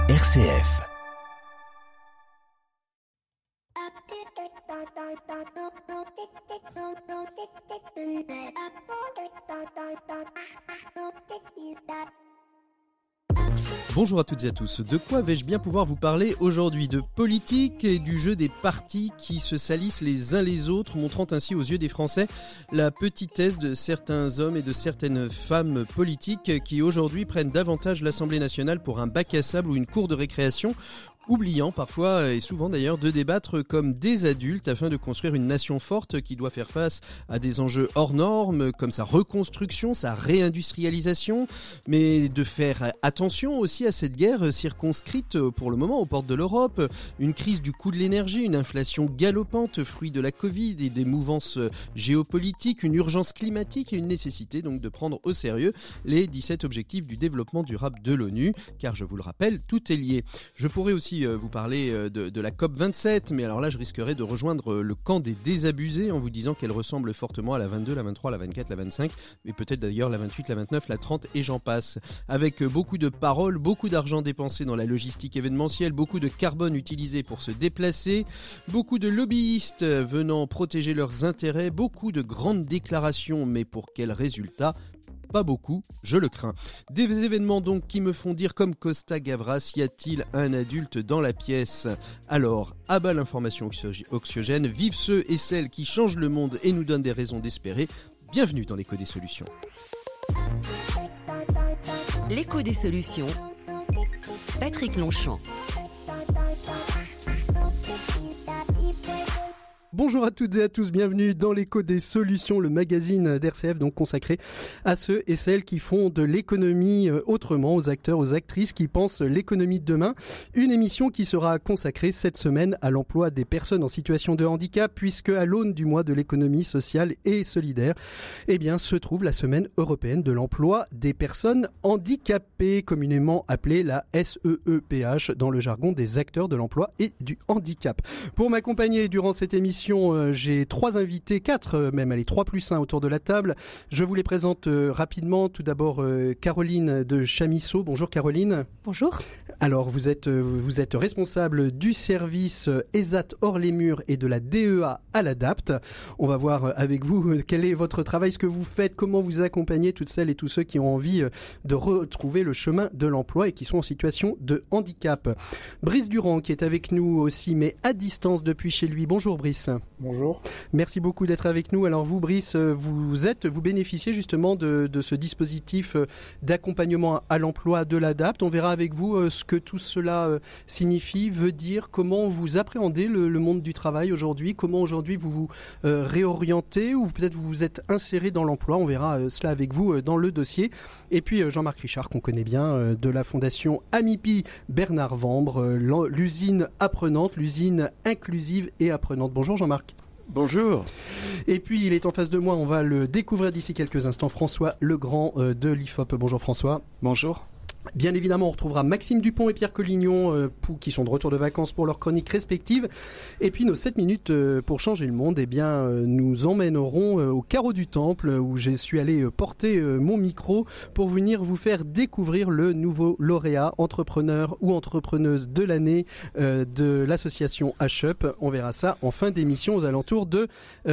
RCF. Bonjour à toutes et à tous. De quoi vais-je bien pouvoir vous parler aujourd'hui? De politique et du jeu des partis qui se salissent les uns les autres, montrant ainsi aux yeux des Français la petitesse de certains hommes et de certaines femmes politiques qui aujourd'hui prennent davantage l'Assemblée nationale pour un bac à sable ou une cour de récréation, oubliant parfois et souvent d'ailleurs de débattre comme des adultes afin de construire une nation forte qui doit faire face à des enjeux hors normes comme sa reconstruction, sa réindustrialisation, mais de faire attention aussi à cette guerre circonscrite pour le moment aux portes de l'Europe, une crise du coût de l'énergie, une inflation galopante, fruit de la Covid et des mouvances géopolitiques, une urgence climatique et une nécessité donc de prendre au sérieux les 17 objectifs du développement durable de l'ONU, car je vous le rappelle, tout est lié. Je pourrais aussi vous parler de la COP27, mais alors là je risquerais de rejoindre le camp des désabusés en vous disant qu'elle ressemble fortement à la 22, la 23, la 24, la 25, mais peut-être d'ailleurs la 28, la 29, la 30 et j'en passe. Avec beaucoup de paroles, beaucoup d'argent dépensé dans la logistique événementielle, beaucoup de carbone utilisé pour se déplacer, beaucoup de lobbyistes venant protéger leurs intérêts, beaucoup de grandes déclarations, mais pour quel résultat ? Pas beaucoup, je le crains. Des événements donc qui me font dire comme Costa Gavras, y a-t-il un adulte dans la pièce? Alors, à bas l'information oxygène, vive ceux et celles qui changent le monde et nous donnent des raisons d'espérer. Bienvenue dans l'écho des solutions. L'écho des solutions, Patrick Longchamp. Bonjour à toutes et à tous, bienvenue dans l'écho des solutions, le magazine d'RCF donc consacré à ceux et celles qui font de l'économie autrement, aux acteurs, aux actrices qui pensent l'économie de demain. Une émission qui sera consacrée cette semaine à l'emploi des personnes en situation de handicap, puisque à l'aune du mois de l'économie sociale et solidaire, eh bien, se trouve la semaine européenne de l'emploi des personnes handicapées, communément appelée la SEEPH dans le jargon des acteurs de l'emploi et du handicap. Pour m'accompagner durant cette émission, j'ai trois invités, quatre même, allez, 3+1 autour de la table. Je vous les présente rapidement. Tout d'abord, Caroline de Chamisso. Bonjour Caroline. Bonjour. Alors, vous êtes responsable du service ESAT hors les murs et de la DEA à l'ADAPT. On va voir avec vous quel est votre travail, ce que vous faites, comment vous accompagnez toutes celles et tous ceux qui ont envie de retrouver le chemin de l'emploi et qui sont en situation de handicap. Brice Durand qui est avec nous aussi, mais à distance depuis chez lui. Bonjour Brice. Bonjour. Merci beaucoup d'être avec nous. Alors vous, Brice, vous bénéficiez justement de ce dispositif d'accompagnement à l'emploi de l'ADAPT. On verra avec vous ce que tout cela signifie, veut dire, comment vous appréhendez le monde du travail aujourd'hui, comment aujourd'hui vous vous réorientez ou peut-être vous vous êtes inséré dans l'emploi. On verra cela avec vous dans le dossier. Et puis Jean-Marc Richard, qu'on connaît bien, de la fondation Amipi Bernard Vambre, l'usine apprenante, l'usine inclusive et apprenante. Bonjour Jean-Marc. Bonjour. Et puis il est en face de moi, on va le découvrir d'ici quelques instants, François Legrand de l'IFOP. Bonjour François. Bonjour. Bien évidemment, on retrouvera Maxime Dupont et Pierre Collignon qui sont de retour de vacances pour leurs chroniques respectives. Et puis nos 7 minutes pour changer le monde, eh bien, nous emmènerons au carreau du Temple où je suis allé porter mon micro pour venir vous faire découvrir le nouveau lauréat entrepreneur ou entrepreneuse de l'année de l'association HUP. On verra ça en fin d'émission aux alentours de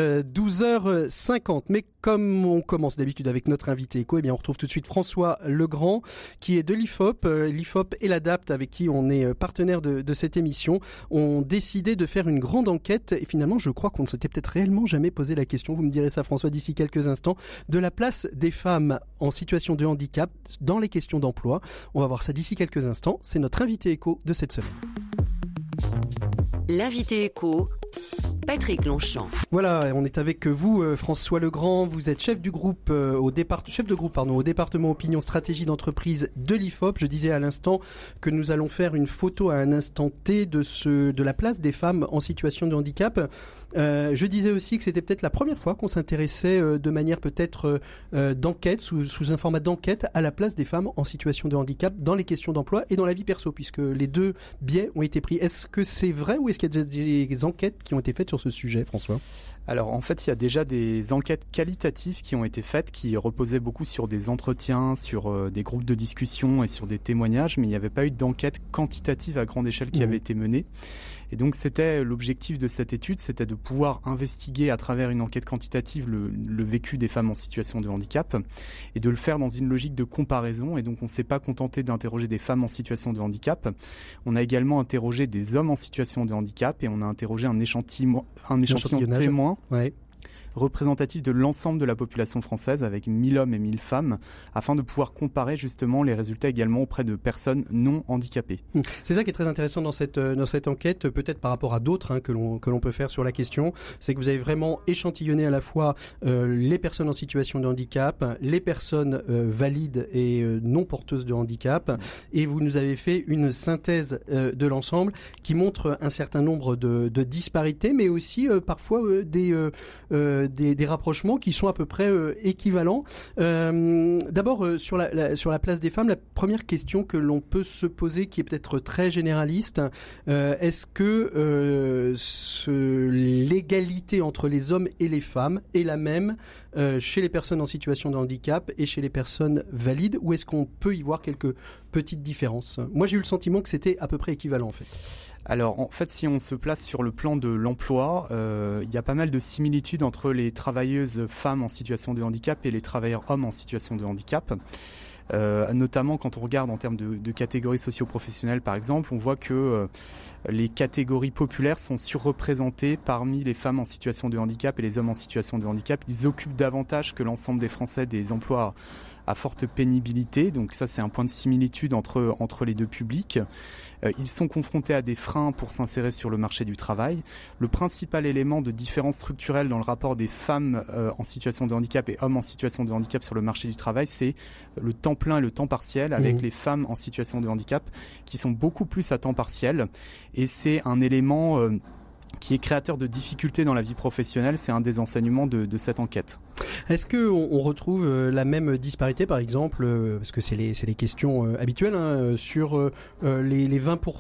12h50. Mais comme on commence d'habitude avec notre invité éco, eh bien, on retrouve tout de suite François Legrand qui est de l'IFOP. L'IFOP et l'ADAPT, avec qui on est partenaire de cette émission, ont décidé de faire une grande enquête. Et finalement, je crois qu'on ne s'était peut-être réellement jamais posé la question, vous me direz ça François d'ici quelques instants, de la place des femmes en situation de handicap dans les questions d'emploi. On va voir ça d'ici quelques instants. C'est notre invité éco de cette semaine. L'invité éco, Patrick Longchamp. Voilà, on est avec vous, François Legrand. Vous êtes chef de groupe au département opinion stratégie d'entreprise de l'IFOP. Je disais à l'instant que nous allons faire une photo à un instant T de la place des femmes en situation de handicap. Je disais aussi que c'était peut-être la première fois qu'on s'intéressait de manière peut-être d'enquête, sous un format d'enquête, à la place des femmes en situation de handicap dans les questions d'emploi et dans la vie perso, puisque les deux biais ont été pris. Est-ce que c'est vrai ou est-ce qu'il y a des enquêtes qui ont été faites sur ce sujet, François ? Alors en fait, il y a déjà des enquêtes qualitatives qui ont été faites, qui reposaient beaucoup sur des entretiens, sur des groupes de discussion et sur des témoignages, mais il n'y avait pas eu d'enquête quantitative à grande échelle qui avait été menée. Et donc c'était l'objectif de cette étude, c'était de pouvoir investiguer à travers une enquête quantitative le vécu des femmes en situation de handicap et de le faire dans une logique de comparaison. Et donc on ne s'est pas contenté d'interroger des femmes en situation de handicap, on a également interrogé des hommes en situation de handicap et on a interrogé un échantillon témoin. Ouais. Représentatif de l'ensemble de la population française avec 1000 hommes et 1000 femmes afin de pouvoir comparer justement les résultats également auprès de personnes non handicapées. C'est ça qui est très intéressant dans cette enquête, peut-être par rapport à d'autres que l'on peut faire sur la question, c'est que vous avez vraiment échantillonné à la fois les personnes en situation de handicap, les personnes valides et non porteuses de handicap, et vous nous avez fait une synthèse de l'ensemble qui montre un certain nombre de disparités, mais aussi parfois des rapprochements qui sont à peu près équivalents. D'abord, sur la place des femmes, la première question que l'on peut se poser, qui est peut-être très généraliste, est-ce que l'égalité entre les hommes et les femmes est la même chez les personnes en situation de handicap et chez les personnes valides, ou est-ce qu'on peut y voir quelques petites différences ? Moi, j'ai eu le sentiment que c'était à peu près équivalent, en fait. Alors en fait, si on se place sur le plan de l'emploi, il y a pas mal de similitudes entre les travailleuses femmes en situation de handicap et les travailleurs hommes en situation de handicap. Notamment quand on regarde en termes de catégories socio-professionnelles par exemple, on voit que les catégories populaires sont surreprésentées parmi les femmes en situation de handicap et les hommes en situation de handicap. Ils occupent davantage que l'ensemble des Français des emplois à forte pénibilité, donc ça c'est un point de similitude entre les deux publics. Ils sont confrontés à des freins pour s'insérer sur le marché du travail. Le principal élément de différence structurelle dans le rapport des femmes en situation de handicap et hommes en situation de handicap sur le marché du travail, c'est le temps plein et le temps partiel, avec les femmes en situation de handicap qui sont beaucoup plus à temps partiel. Et c'est un élément qui est créateur de difficultés dans la vie professionnelle, c'est un des enseignements de cette enquête. Est-ce qu'on retrouve la même disparité, par exemple, parce que c'est les questions habituelles, sur les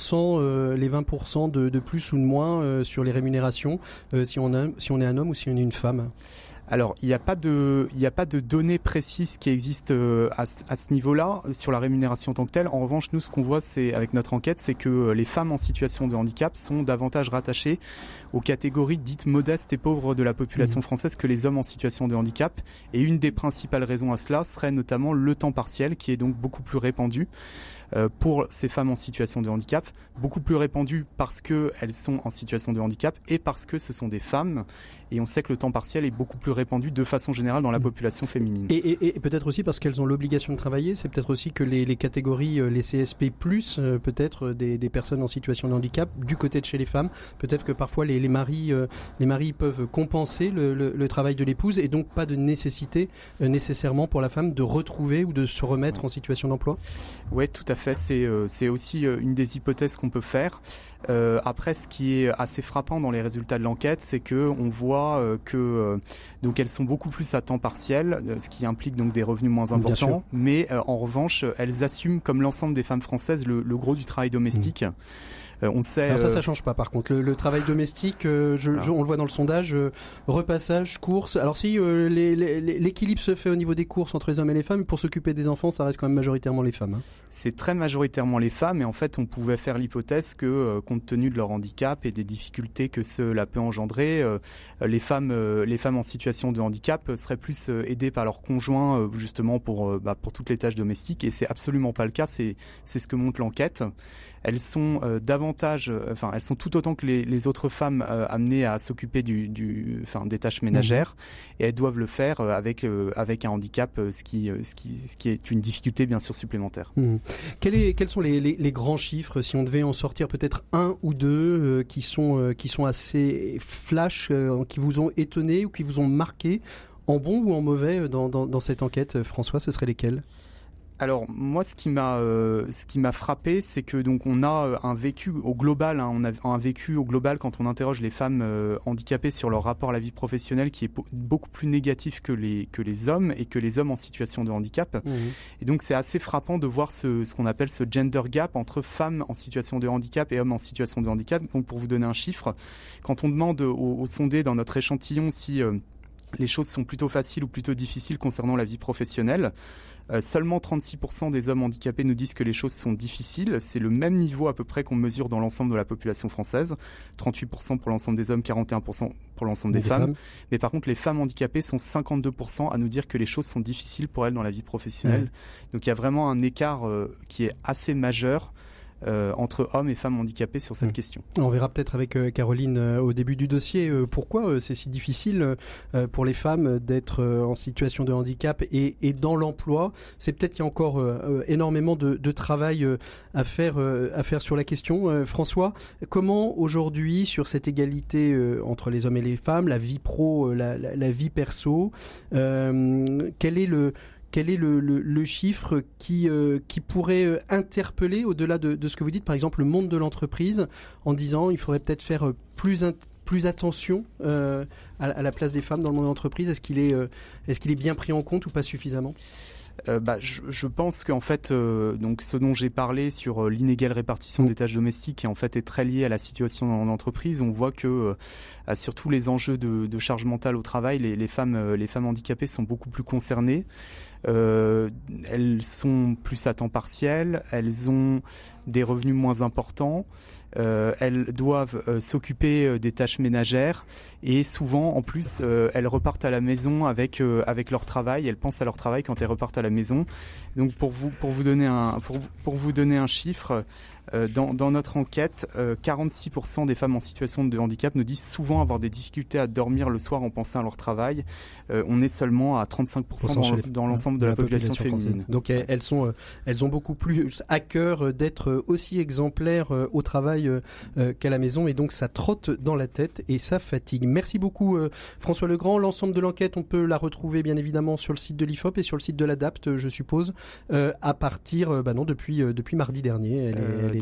20%, de plus ou de moins sur les rémunérations, si on est un homme ou si on est une femme ? Alors, il n'y a pas de données précises qui existent à ce niveau-là sur la rémunération en tant que telle. En revanche, nous, ce qu'on voit, avec notre enquête, c'est que les femmes en situation de handicap sont davantage rattachées aux catégories dites modestes et pauvres de la population française que les hommes en situation de handicap. Et une des principales raisons à cela serait notamment le temps partiel, qui est donc beaucoup plus répandu pour ces femmes en situation de handicap, beaucoup plus répandu parce qu'elles sont en situation de handicap et parce que ce sont des femmes. Et on sait que le temps partiel est beaucoup plus répandu de façon générale dans la population féminine. Et peut-être aussi parce qu'elles ont l'obligation de travailler, c'est peut-être aussi que les catégories, les CSP+, peut-être des personnes en situation de handicap, du côté de chez les femmes, peut-être que parfois les maris peuvent compenser le travail de l'épouse et donc pas de nécessité nécessairement pour la femme de retrouver ou de se remettre en situation d'emploi. Oui, tout à fait. C'est aussi une des hypothèses qu'on peut faire. Après, ce qui est assez frappant dans les résultats de l'enquête, c'est que on voit que donc elles sont beaucoup plus à temps partiel, ce qui implique donc des revenus moins importants. Mais en revanche, elles assument comme l'ensemble des femmes françaises le gros du travail domestique. On sait. Alors ça change pas. Par contre, le travail domestique, on le voit dans le sondage, repassage, courses. Alors si l'équilibre se fait au niveau des courses entre les hommes et les femmes, pour s'occuper des enfants, ça reste quand même majoritairement les femmes. C'est très majoritairement les femmes, et en fait, on pouvait faire l'hypothèse que, compte tenu de leur handicap et des difficultés que cela peut engendrer, les femmes en situation de handicap seraient plus aidées par leurs conjoints, justement pour toutes les tâches domestiques. Et c'est absolument pas le cas. C'est ce que montre l'enquête. Elles sont elles sont tout autant que les autres femmes amenées à s'occuper des tâches ménagères, et elles doivent le faire avec un handicap, ce qui est une difficulté bien sûr supplémentaire. Quels sont les grands chiffres, si on devait en sortir peut-être un ou deux qui sont assez flash, qui vous ont étonné ou qui vous ont marqué, en bon ou en mauvais dans cette enquête, François, ce seraient lesquels ? Alors moi, ce qui m'a frappé, c'est que donc on a un vécu au global. On a un vécu au global quand on interroge les femmes handicapées sur leur rapport à la vie professionnelle, qui est beaucoup plus négatif que les hommes et que les hommes en situation de handicap. Et donc c'est assez frappant de voir ce qu'on appelle ce gender gap entre femmes en situation de handicap et hommes en situation de handicap. Donc pour vous donner un chiffre, quand on demande aux sondés dans notre échantillon si les choses sont plutôt faciles ou plutôt difficiles concernant la vie professionnelle, seulement 36% des hommes handicapés nous disent que les choses sont difficiles. C'est le même niveau à peu près qu'on mesure dans l'ensemble de la population française. 38% pour l'ensemble des hommes, 41% pour l'ensemble des femmes. Mais par contre, les femmes handicapées sont 52% à nous dire que les choses sont difficiles pour elles dans la vie professionnelle. Donc il y a vraiment un écart qui est assez majeur entre hommes et femmes handicapés sur cette question. On verra peut-être avec Caroline au début du dossier pourquoi c'est si difficile pour les femmes d'être en situation de handicap et dans l'emploi. C'est peut-être qu'il y a encore énormément de travail à faire sur la question. François, comment aujourd'hui sur cette égalité entre les hommes et les femmes, la vie pro, la vie perso, quel est le chiffre qui pourrait interpeller au-delà de ce que vous dites, par exemple le monde de l'entreprise, en disant il faudrait peut-être faire plus attention à la place des femmes dans le monde de l'entreprise. Est-ce qu'il est bien pris en compte ou pas suffisamment ? Je pense qu'en fait, donc ce dont j'ai parlé sur l'inégale répartition des tâches domestiques, en fait est très lié à la situation en entreprise. On voit que sur tous les enjeux de charge mentale au travail, les femmes handicapées sont beaucoup plus concernées. Elles sont plus à temps partiel, elles ont des revenus moins importants. Elles doivent s'occuper des tâches ménagères et souvent en plus elles repartent à la maison avec leur travail. Elles pensent à leur travail quand elles repartent à la maison. Donc pour vous donner un chiffre, dans notre enquête, 46% des femmes en situation de handicap nous disent souvent avoir des difficultés à dormir le soir en pensant à leur travail. On est seulement à 35% dans l'ensemble de la population féminine. Donc elles ont beaucoup plus à cœur d'être aussi exemplaires au travail qu'à la maison, et donc ça trotte dans la tête et ça fatigue. Merci beaucoup François Legrand. L'ensemble de l'enquête, on peut la retrouver bien évidemment sur le site de l'IFOP et sur le site de l'ADAPT, je suppose, à partir depuis mardi dernier.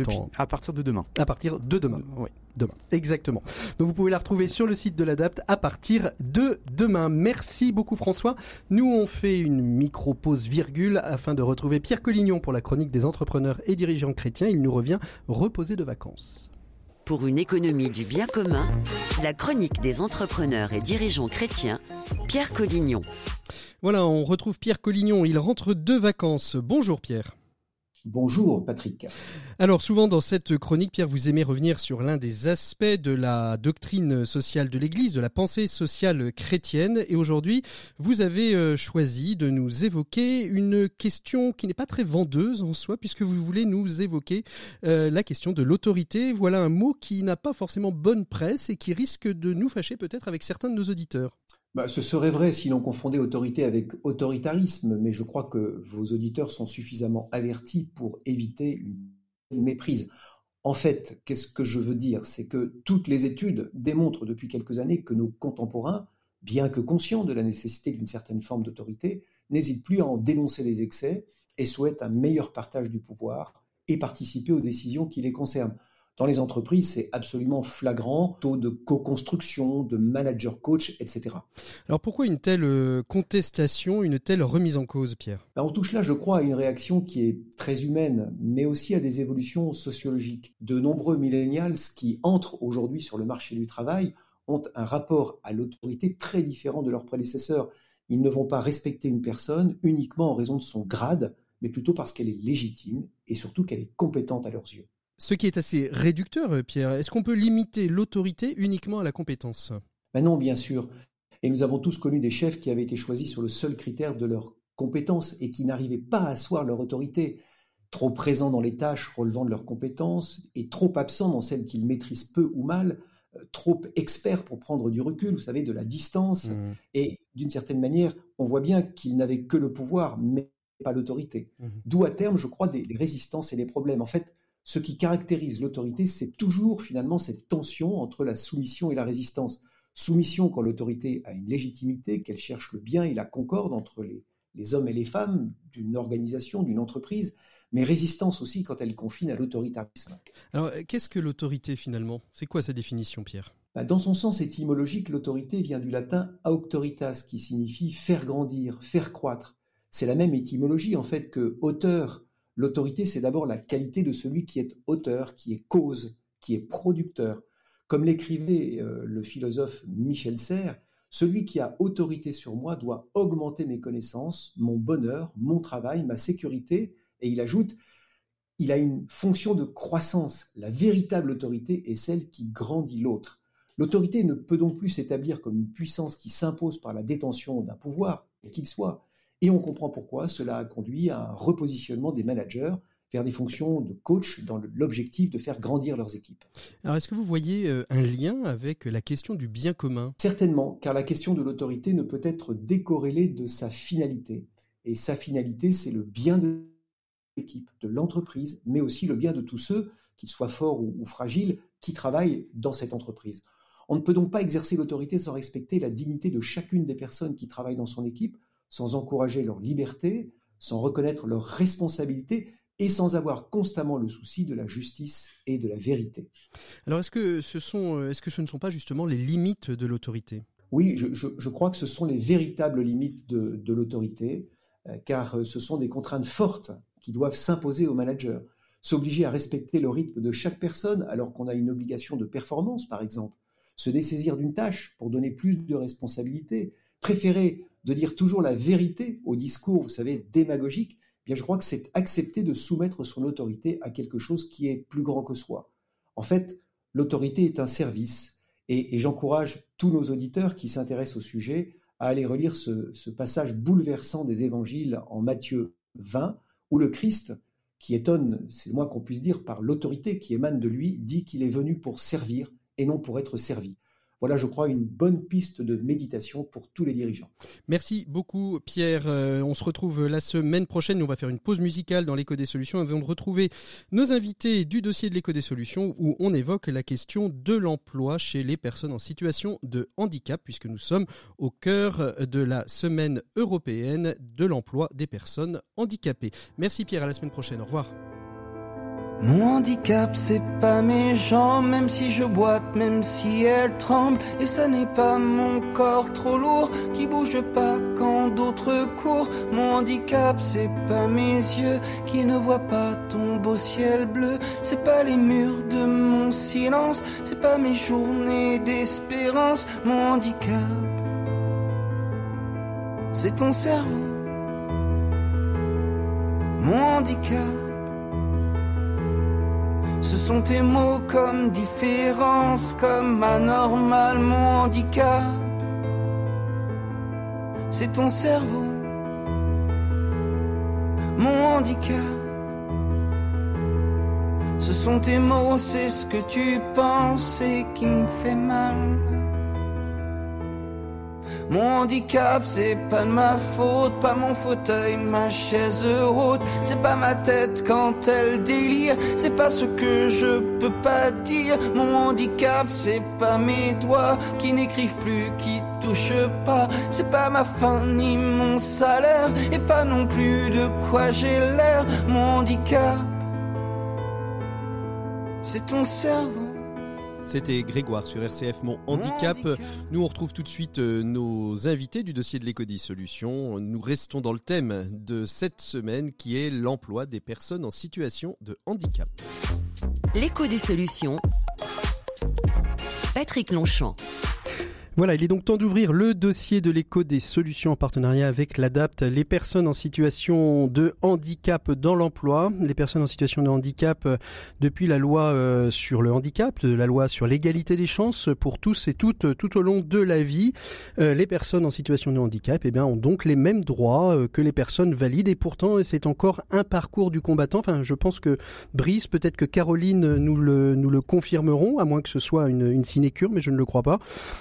À partir de demain. À partir de demain. Oui. Demain, exactement. Donc vous pouvez la retrouver sur le site de l'ADAPT à partir de demain. Merci beaucoup François. Nous on fait une micro-pause virgule afin de retrouver Pierre Collignon pour la chronique des entrepreneurs et dirigeants chrétiens. Il nous revient reposé de vacances. Pour une économie du bien commun, la chronique des entrepreneurs et dirigeants chrétiens, Pierre Collignon. Voilà, on retrouve Pierre Collignon, il rentre de vacances. Bonjour Pierre. Bonjour Patrick. Alors souvent dans cette chronique, Pierre, vous aimez revenir sur l'un des aspects de la doctrine sociale de l'Église, de la pensée sociale chrétienne. Et aujourd'hui, vous avez choisi de nous évoquer une question qui n'est pas très vendeuse en soi, puisque vous voulez nous évoquer la question de l'autorité. Voilà un mot qui n'a pas forcément bonne presse et qui risque de nous fâcher peut-être avec certains de nos auditeurs. Ce serait vrai si l'on confondait autorité avec autoritarisme, mais je crois que vos auditeurs sont suffisamment avertis pour éviter une méprise. En fait, qu'est-ce que je veux dire ? C'est que toutes les études démontrent depuis quelques années que nos contemporains, bien que conscients de la nécessité d'une certaine forme d'autorité, n'hésitent plus à en dénoncer les excès et souhaitent un meilleur partage du pouvoir et participer aux décisions qui les concernent. Dans les entreprises, c'est absolument flagrant, taux de co-construction, de manager coach, etc. Alors pourquoi une telle contestation, une telle remise en cause, Pierre ? On touche là, je crois, à une réaction qui est très humaine, mais aussi à des évolutions sociologiques. De nombreux millennials qui entrent aujourd'hui sur le marché du travail ont un rapport à l'autorité très différent de leurs prédécesseurs. Ils ne vont pas respecter une personne uniquement en raison de son grade, mais plutôt parce qu'elle est légitime et surtout qu'elle est compétente à leurs yeux. Ce qui est assez réducteur, Pierre. Est-ce qu'on peut limiter l'autorité uniquement à la compétence ? Non, bien sûr. Et nous avons tous connu des chefs qui avaient été choisis sur le seul critère de leur compétence et qui n'arrivaient pas à asseoir leur autorité. Trop présents dans les tâches relevant de leurs compétences et trop absents dans celles qu'ils maîtrisent peu ou mal, trop experts pour prendre du recul, vous savez, de la distance. Et d'une certaine manière, on voit bien qu'ils n'avaient que le pouvoir, mais pas l'autorité. D'où à terme, je crois, des résistances et des problèmes. En fait, ce qui caractérise l'autorité, c'est toujours finalement cette tension entre la soumission et la résistance. Soumission quand l'autorité a une légitimité, qu'elle cherche le bien et la concorde entre les hommes et les femmes d'une organisation, d'une entreprise, mais résistance aussi quand elle confine à l'autoritarisme. Alors, qu'est-ce que l'autorité finalement ? C'est quoi sa définition, Pierre ? Dans son sens étymologique, l'autorité vient du latin auctoritas, qui signifie faire grandir, faire croître. C'est la même étymologie en fait que auteur. L'autorité, c'est d'abord la qualité de celui qui est auteur, qui est cause, qui est producteur. Comme l'écrivait le philosophe Michel Serres, celui qui a autorité sur moi doit augmenter mes connaissances, mon bonheur, mon travail, ma sécurité. Et il ajoute, il a une fonction de croissance. La véritable autorité est celle qui grandit l'autre. L'autorité ne peut donc plus s'établir comme une puissance qui s'impose par la détention d'un pouvoir, quel qu'il soit. Et on comprend pourquoi cela a conduit à un repositionnement des managers vers des fonctions de coach dans l'objectif de faire grandir leurs équipes. Alors, est-ce que vous voyez un lien avec la question du bien commun ? Certainement, car la question de l'autorité ne peut être décorrélée de sa finalité. Et sa finalité, c'est le bien de l'équipe, de l'entreprise, mais aussi le bien de tous ceux, qu'ils soient forts ou fragiles, qui travaillent dans cette entreprise. On ne peut donc pas exercer l'autorité sans respecter la dignité de chacune des personnes qui travaillent dans son équipe, sans encourager leur liberté, sans reconnaître leurs responsabilités et sans avoir constamment le souci de la justice et de la vérité. Alors, est-ce que ce ne sont pas justement les limites de l'autorité ? Oui, je crois que ce sont les véritables limites de l'autorité, car ce sont des contraintes fortes qui doivent s'imposer aux managers. S'obliger à respecter le rythme de chaque personne alors qu'on a une obligation de performance, par exemple. Se dessaisir d'une tâche pour donner plus de responsabilités. Préférer de dire toujours la vérité au discours, vous savez, démagogique. Bien, je crois que c'est accepter de soumettre son autorité à quelque chose qui est plus grand que soi. En fait, l'autorité est un service et j'encourage tous nos auditeurs qui s'intéressent au sujet à aller relire ce passage bouleversant des évangiles en Matthieu 20 où le Christ, qui étonne, c'est le moins qu'on puisse dire, par l'autorité qui émane de lui, dit qu'il est venu pour servir et non pour être servi. Voilà, je crois, une bonne piste de méditation pour tous les dirigeants. Merci beaucoup, Pierre. On se retrouve la semaine prochaine. On va faire une pause musicale dans l'Écho des Solutions avant de retrouver nos invités du dossier de l'Écho des Solutions où on évoque la question de l'emploi chez les personnes en situation de handicap puisque nous sommes au cœur de la semaine européenne de l'emploi des personnes handicapées. Merci, Pierre. À la semaine prochaine. Au revoir. Mon handicap, c'est pas mes jambes, même si je boite, même si elles tremblent. Et ça n'est pas mon corps trop lourd qui bouge pas quand d'autres courent. Mon handicap, c'est pas mes yeux qui ne voient pas ton beau ciel bleu. C'est pas les murs de mon silence, c'est pas mes journées d'espérance. Mon handicap, c'est ton cerveau. Mon handicap, ce sont tes mots comme différence, comme anormal. Mon handicap, c'est ton cerveau. Mon handicap, ce sont tes mots, c'est ce que tu penses et qui me fait mal. Mon handicap, c'est pas de ma faute, pas mon fauteuil, ma chaise haute. C'est pas ma tête quand elle délire, c'est pas ce que je peux pas dire. Mon handicap, c'est pas mes doigts qui n'écrivent plus, qui touchent pas. C'est pas ma faim ni mon salaire, et pas non plus de quoi j'ai l'air. Mon handicap, c'est ton cerveau. C'était Grégoire sur RCF Mon Handicap. Nous, on retrouve tout de suite nos invités du dossier de l'Écho des Solutions. Nous restons dans le thème de cette semaine qui est l'emploi des personnes en situation de handicap. L'Écho des Solutions. Patrick Longchamp. Voilà, il est donc temps d'ouvrir le dossier de l'Écho des Solutions en partenariat avec l'ADAPT, les personnes en situation de handicap dans l'emploi. Les personnes en situation de handicap, depuis la loi sur le handicap, la loi sur l'égalité des chances pour tous et toutes tout au long de la vie, les personnes en situation de handicap ont donc les mêmes droits que les personnes valides et pourtant c'est encore un parcours du combattant. Enfin, je pense que Brice, peut-être que Caroline nous le confirmeront, à moins que ce soit une sinécure, mais je ne le crois pas.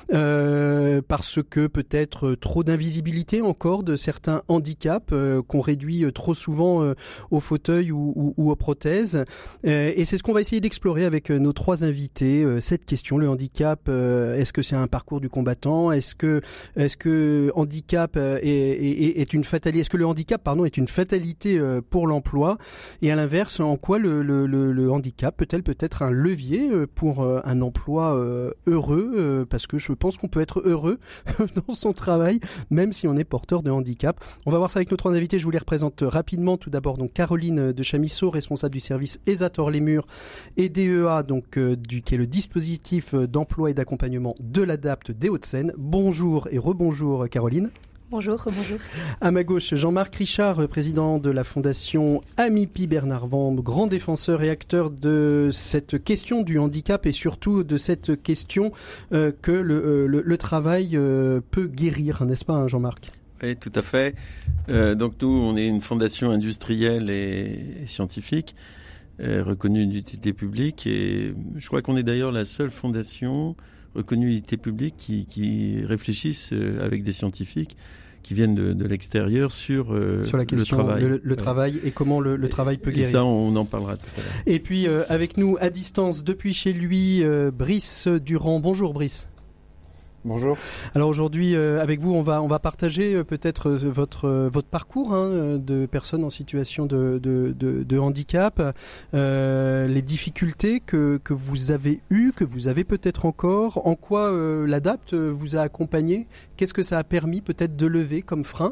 parce que peut-être trop d'invisibilité encore de certains handicaps qu'on réduit trop souvent au fauteuil ou aux prothèses. Et c'est ce qu'on va essayer d'explorer avec nos 3 invités. Cette question, le handicap, est-ce que c'est un parcours du combattant ? Est-ce que handicap est une fatalité ? Est-ce que le handicap, est une fatalité pour l'emploi ? Et à l'inverse, en quoi le handicap peut-elle peut-être un levier pour un emploi heureux, parce que je pense qu'on peut être heureux dans son travail, même si on est porteur de handicap. On va voir ça avec nos 3 invités. Je vous les représente rapidement. Tout d'abord, donc Caroline de Chamisso, responsable du service ESATOR-les-Murs et DEA, qui est le dispositif d'emploi et d'accompagnement de l'ADAPT des Hauts-de-Seine. Bonjour et rebonjour Caroline. Bonjour, bonjour. À ma gauche, Jean-Marc Richard, président de la fondation Amipi Bernard Vamb, grand défenseur et acteur de cette question du handicap et surtout de cette question que le travail peut guérir, n'est-ce pas, Jean-Marc ? Oui, tout à fait. Donc nous, on est une fondation industrielle et scientifique reconnue d'utilité publique, et je crois qu'on est d'ailleurs la seule fondation reconnue d'utilité publique qui réfléchissent avec des scientifiques qui viennent de l'extérieur sur la question, le travail. Le travail et comment le travail peut guérir. Et ça, on en parlera tout à l'heure. Et puis, avec nous, à distance, depuis chez lui, Brice Durand. Bonjour Brice. Bonjour. Alors aujourd'hui, avec vous, on va partager peut-être votre parcours de personnes en situation de handicap, les difficultés que vous avez eues, que vous avez peut-être encore, en quoi l'ADAPT vous a accompagné, qu'est-ce que ça a permis peut-être de lever comme frein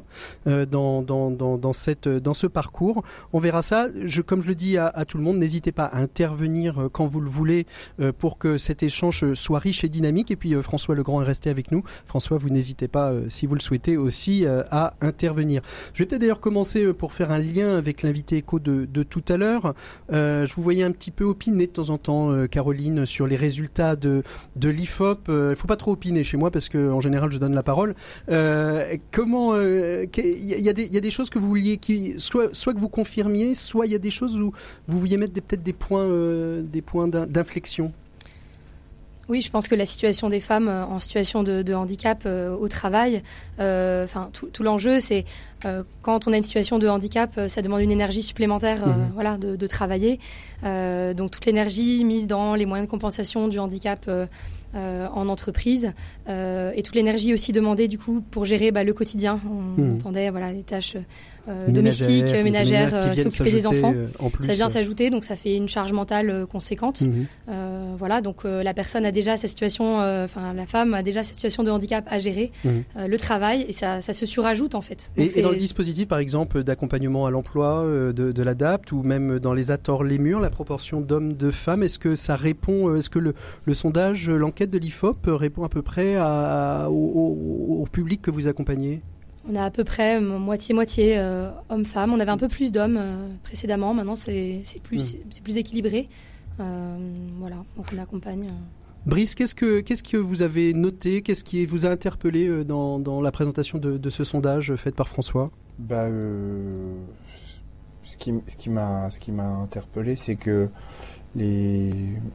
dans ce parcours. On verra ça. Comme je le dis à tout le monde, n'hésitez pas à intervenir quand vous le voulez pour que cet échange soit riche et dynamique. Et puis François Legrand est resté avec nous. François, vous n'hésitez pas, si vous le souhaitez, aussi à intervenir. Je vais peut-être d'ailleurs commencer pour faire un lien avec l'invité éco de tout à l'heure. Je vous voyais un petit peu opiner de temps en temps, Caroline, sur les résultats de l'IFOP. Il ne faut pas trop opiner chez moi parce qu'en général, je donne la parole. Comment il y a des choses que vous vouliez, soit que vous confirmiez, soit il y a des choses où vous vouliez mettre peut-être des points d'inflexion. Oui, je pense que la situation des femmes en situation de handicap au travail, tout l'enjeu, c'est quand on a une situation de handicap, ça demande une énergie supplémentaire de travailler. Donc toute l'énergie mise dans les moyens de compensation du handicap en entreprise et toute l'énergie aussi demandée du coup pour gérer le quotidien. On entendait les tâches domestiques, ménagères, s'occuper des enfants. Ça vient s'ajouter, donc ça fait une charge mentale conséquente. Donc la personne a déjà sa situation, la femme a déjà sa situation de handicap à gérer, le travail, et ça se surajoute en fait. Donc et dans le dispositif par exemple d'accompagnement à l'emploi de l'ADAPT ou même dans les ESATOR-les-Murs, la proportion d'hommes de femmes, est-ce que ça répond, est-ce que le sondage, l'enquête de l'IFOP répond à peu près au public que vous accompagnez ? On a à peu près moitié-moitié hommes-femmes. On avait un peu plus d'hommes précédemment. Maintenant, c'est plus équilibré. Donc on accompagne. Brice, qu'est-ce que vous avez noté ? Qu'est-ce qui vous a interpellé dans la présentation de ce sondage fait par François ? Ce qui m'a interpellé, c'est que les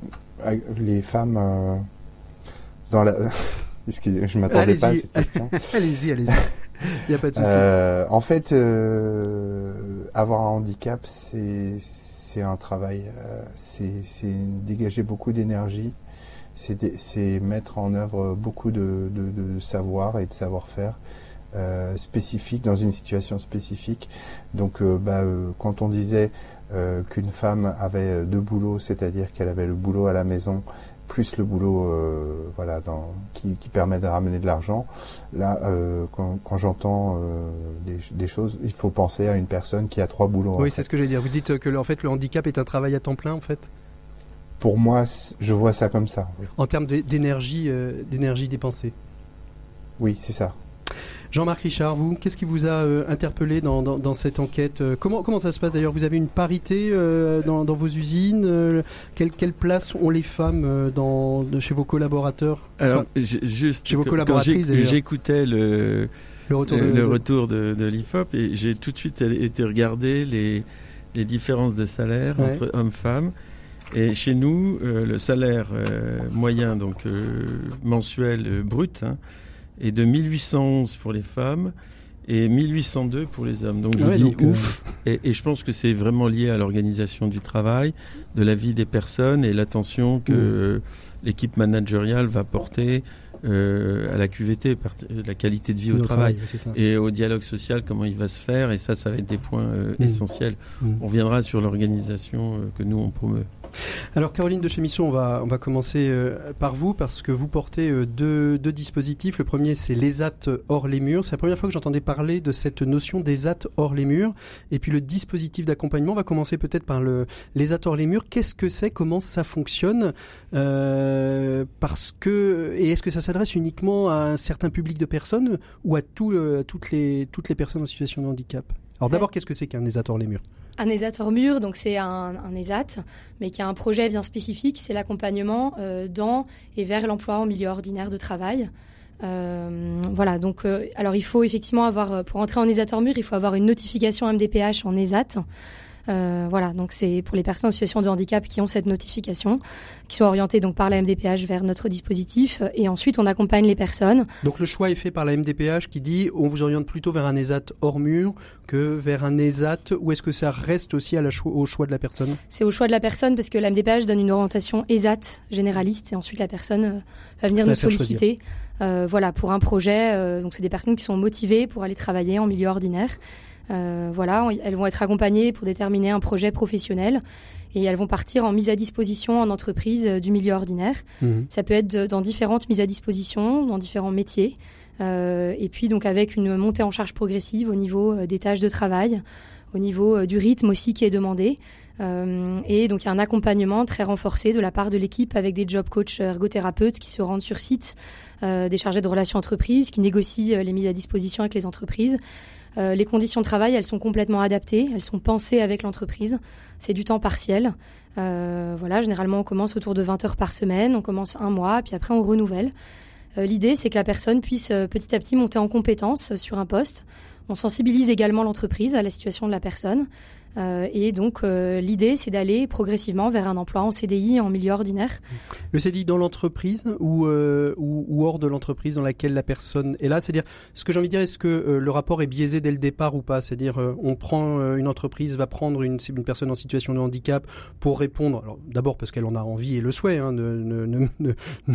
femmes dans la... Excusez, je m'attendais pas à cette question. Allez-y. Il n'y a pas de souci. En fait, avoir un handicap, c'est un travail. C'est dégager beaucoup d'énergie. C'est mettre en œuvre beaucoup de savoir et de savoir-faire spécifique dans une situation spécifique. Donc, quand on disait qu'une femme avait 2 boulots, c'est-à-dire qu'elle avait le boulot à la maison plus le boulot qui permet de ramener de l'argent. Là, quand j'entends des choses, il faut penser à une personne qui a 3 boulots. Oui, c'est ce que j'allais dire. Vous dites que en fait, le handicap est un travail à temps plein, en fait ? Pour moi, je vois ça comme ça. Oui. En termes d'énergie dépensée. Oui, c'est ça. Jean-Marc Richard, vous, qu'est-ce qui vous a interpellé dans cette enquête ? Comment ça se passe d'ailleurs ? Vous avez une parité dans vos usines ? Quelle place ont les femmes chez vos collaborateurs ? Alors, juste chez vos collaboratrices, j'écoutais le retour de l'IFOP et j'ai tout de suite été regarder les différences de salaire entre hommes et femmes. Et chez nous, le salaire moyen, donc mensuel brut, est de 1811 pour les femmes et 1802 pour les hommes. Donc je dis ouf. Et je pense que c'est vraiment lié à l'organisation du travail, de la vie des personnes et l'attention que l'équipe managériale va porter à la QVT, la qualité de vie au travail et au dialogue social, comment il va se faire. Et ça va être des points essentiels. On reviendra sur l'organisation que nous, on promeut. Alors Caroline de Chemisson, on va commencer par vous parce que vous portez deux dispositifs. Le premier, c'est l'ESAT hors les murs. C'est la première fois que j'entendais parler de cette notion d'ESAT hors les murs. Et puis le dispositif d'accompagnement, on va commencer peut-être par l'ESAT hors les murs. Qu'est-ce que c'est? Comment ça fonctionne? Et est-ce que ça s'adresse uniquement à un certain public de personnes ou à toutes les personnes en situation de handicap? Alors d'abord, qu'est-ce que c'est qu'un ESAT hors les murs? Un ESAT hors mur, donc c'est un ESAT, mais qui a un projet bien spécifique, c'est l'accompagnement dans et vers l'emploi en milieu ordinaire de travail. Voilà, donc alors il faut effectivement avoir, pour entrer en ESAT hors mur, il faut avoir une notification MDPH en ESAT. Voilà, donc c'est pour les personnes en situation de handicap qui ont cette notification, qui sont orientées donc par la MDPH vers notre dispositif, et ensuite on accompagne les personnes. Donc le choix est fait par la MDPH qui dit on vous oriente plutôt vers un ESAT hors mur que vers un ESAT, ou est-ce que ça reste aussi au choix de la personne? C'est au choix de la personne parce que la MDPH donne une orientation ESAT généraliste et ensuite la personne va venir nous solliciter. Voilà, pour un projet, donc c'est des personnes qui sont motivées pour aller travailler en milieu ordinaire. Voilà, elles vont être accompagnées pour déterminer un projet professionnel et elles vont partir en mise à disposition en entreprise du milieu ordinaire. Ça peut être dans différentes mises à disposition, dans différents métiers, et puis donc avec une montée en charge progressive au niveau des tâches de travail, au niveau du rythme aussi qui est demandé. Et donc il y a un accompagnement très renforcé de la part de l'équipe avec des job coachs ergothérapeutes qui se rendent sur site, des chargés de relations entreprises qui négocient les mises à disposition avec les entreprises. Les conditions de travail, elles sont complètement adaptées, elles sont pensées avec l'entreprise. C'est du temps partiel. Voilà, généralement, on commence autour de 20 heures par semaine, on commence un mois, puis après on renouvelle. L'idée, c'est que la personne puisse petit à petit monter en compétence sur un poste. On sensibilise également l'entreprise à la situation de la personne. Et donc, l'idée, c'est d'aller progressivement vers un emploi en CDI en milieu ordinaire. Le CDI dans l'entreprise ou hors de l'entreprise dans laquelle la personne est là? C'est-à-dire, ce que j'ai envie de dire, est-ce que le rapport est biaisé dès le départ ou pas? C'est-à-dire, on prend une entreprise, va prendre une personne en situation de handicap pour répondre, alors d'abord parce qu'elle en a envie et le souhait, ne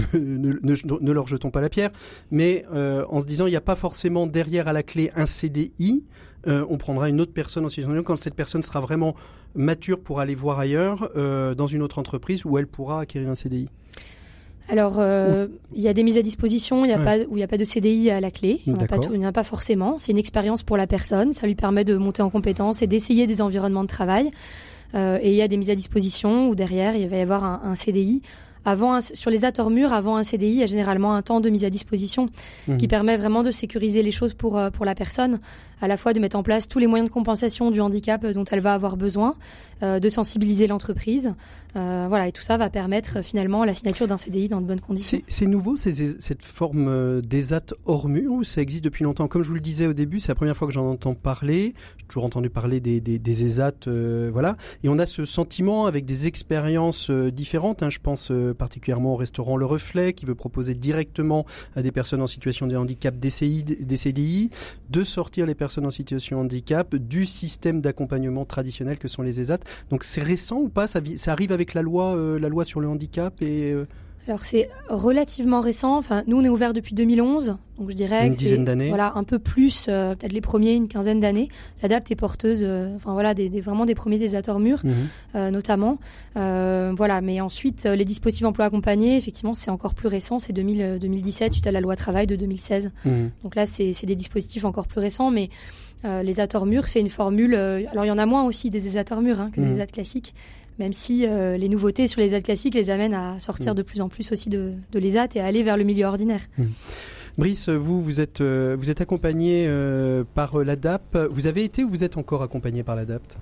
leur jetons pas la pierre, mais en se disant, il n'y a pas forcément derrière à la clé un CDI. On prendra une autre personne en situation de handicap quand cette personne sera vraiment mature pour aller voir ailleurs, dans une autre entreprise où elle pourra acquérir un CDI. Alors, il y a des mises à disposition où il n'y a pas de CDI à la clé. Il n'y en a pas forcément. C'est une expérience pour la personne. Ça lui permet de monter en compétence et d'essayer des environnements de travail. Et il y a des mises à disposition où derrière, il va y avoir un CDI. Sur les hors murs, avant un CDI, il y a généralement un temps de mise à disposition qui permet vraiment de sécuriser les choses pour la personne, à la fois de mettre en place tous les moyens de compensation du handicap dont elle va avoir besoin, de sensibiliser l'entreprise. Voilà, et tout ça va permettre finalement la signature d'un CDI dans de bonnes conditions. C'est nouveau, cette forme d'ESAT hors mur, ou ça existe depuis longtemps? Comme je vous le disais au début, c'est la première fois que j'en entends parler. J'ai toujours entendu parler des ESAT, voilà. Et on a ce sentiment avec des expériences différentes, je pense particulièrement au restaurant Le Reflet, qui veut proposer directement à des personnes en situation de handicap des CDI, de sortir les personnes en situation de handicap du système d'accompagnement traditionnel que sont les ESAT. Donc c'est récent ou pas? Ça arrive avec la loi sur le handicap Alors c'est relativement récent. Enfin, nous on est ouvert depuis 2011, donc je dirais une dizaine d'années. Voilà, un peu plus, peut-être les premiers, une quinzaine d'années. L'ADAPT est porteuse, vraiment des premiers ESAT hors mur, notamment. Voilà, mais ensuite les dispositifs emploi accompagnés, effectivement, c'est encore plus récent. C'est 2017 suite à la loi travail de 2016. Donc là, c'est des dispositifs encore plus récents, mais les ESAT hors mur, c'est une formule. Alors il y en a moins aussi des ESAT hors mur que des ESAT classiques. Même si les nouveautés sur les ESAT classiques les amènent à sortir de plus en plus aussi de l'ESAT et à aller vers le milieu ordinaire. Brice, vous êtes accompagné par l'ADAPT. Vous avez été ou vous êtes encore accompagné par l'ADAPT?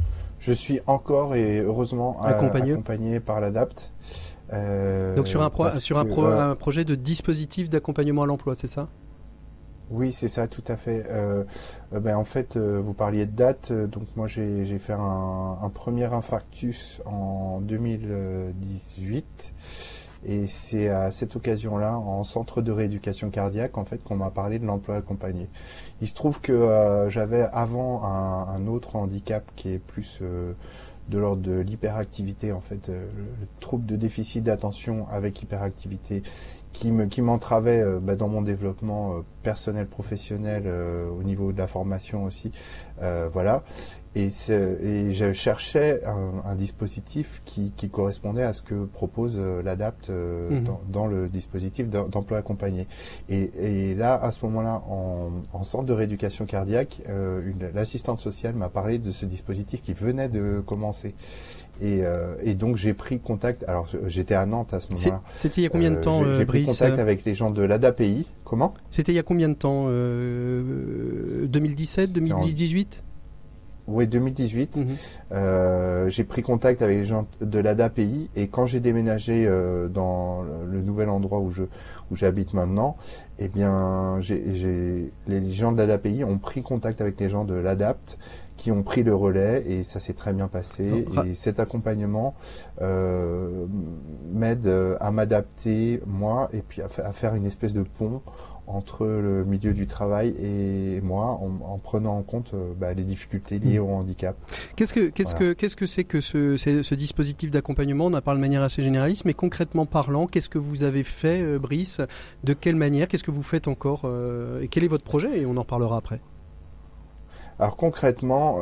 Je suis encore et heureusement accompagné par l'ADAPT. Donc sur un projet de dispositif d'accompagnement à l'emploi, c'est ça? Oui, c'est ça, tout à fait. En fait, vous parliez de date. Donc moi, j'ai fait un premier infarctus en 2018. Et c'est à cette occasion-là, en centre de rééducation cardiaque, en fait, qu'on m'a parlé de l'emploi accompagné. Il se trouve que j'avais avant un autre handicap qui est plus de l'ordre de l'hyperactivité, en fait, le trouble de déficit d'attention avec hyperactivité, qui m'entravait dans mon développement personnel, professionnel, au niveau de la formation aussi, voilà. Et je cherchais un dispositif qui correspondait à ce que propose l'ADAPT dans le dispositif d'emploi accompagné. Et là, à ce moment-là, en centre de rééducation cardiaque, l'assistante sociale m'a parlé de ce dispositif qui venait de commencer. Et donc j'ai pris contact. Alors j'étais à Nantes à ce moment-là. C'était il y a combien de temps, J'ai pris contact avec les gens de l'ADAPI. Comment ? C'était il y a combien de temps 2017, 2018 ? Oui, 2018. J'ai pris contact avec les gens de l'ADAPI et quand j'ai déménagé dans le nouvel endroit où j'habite maintenant, eh bien, les gens de l'ADAPI ont pris contact avec les gens de l'ADAPT qui ont pris le relais et ça s'est très bien passé. Et cet accompagnement m'aide à m'adapter, moi, et puis à faire une espèce de pont entre le milieu du travail et moi, en prenant en compte les difficultés liées au handicap. Qu'est-ce que c'est que ce dispositif d'accompagnement ? On en parle de manière assez généraliste, mais concrètement parlant, qu'est-ce que vous avez fait, Brice ? De quelle manière ? Qu'est-ce que vous faites encore ? Et quel est votre projet ? Et on en reparlera après. Alors concrètement,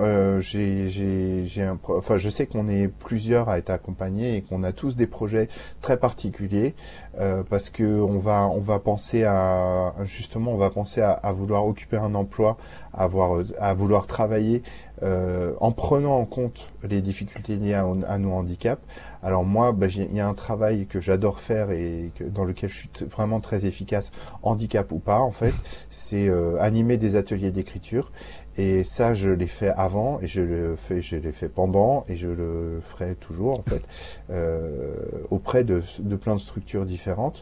je sais qu'on est plusieurs à être accompagnés et qu'on a tous des projets très particuliers parce que on va penser à vouloir occuper un emploi, à vouloir travailler en prenant en compte les difficultés liées à nos handicaps. Alors moi, il y a un travail que j'adore faire et dans lequel je suis vraiment très efficace, handicap ou pas en fait, c'est animer des ateliers d'écriture. Et ça, je l'ai fait avant et je l'ai fait pendant et je le ferai toujours en fait auprès de plein de structures différentes.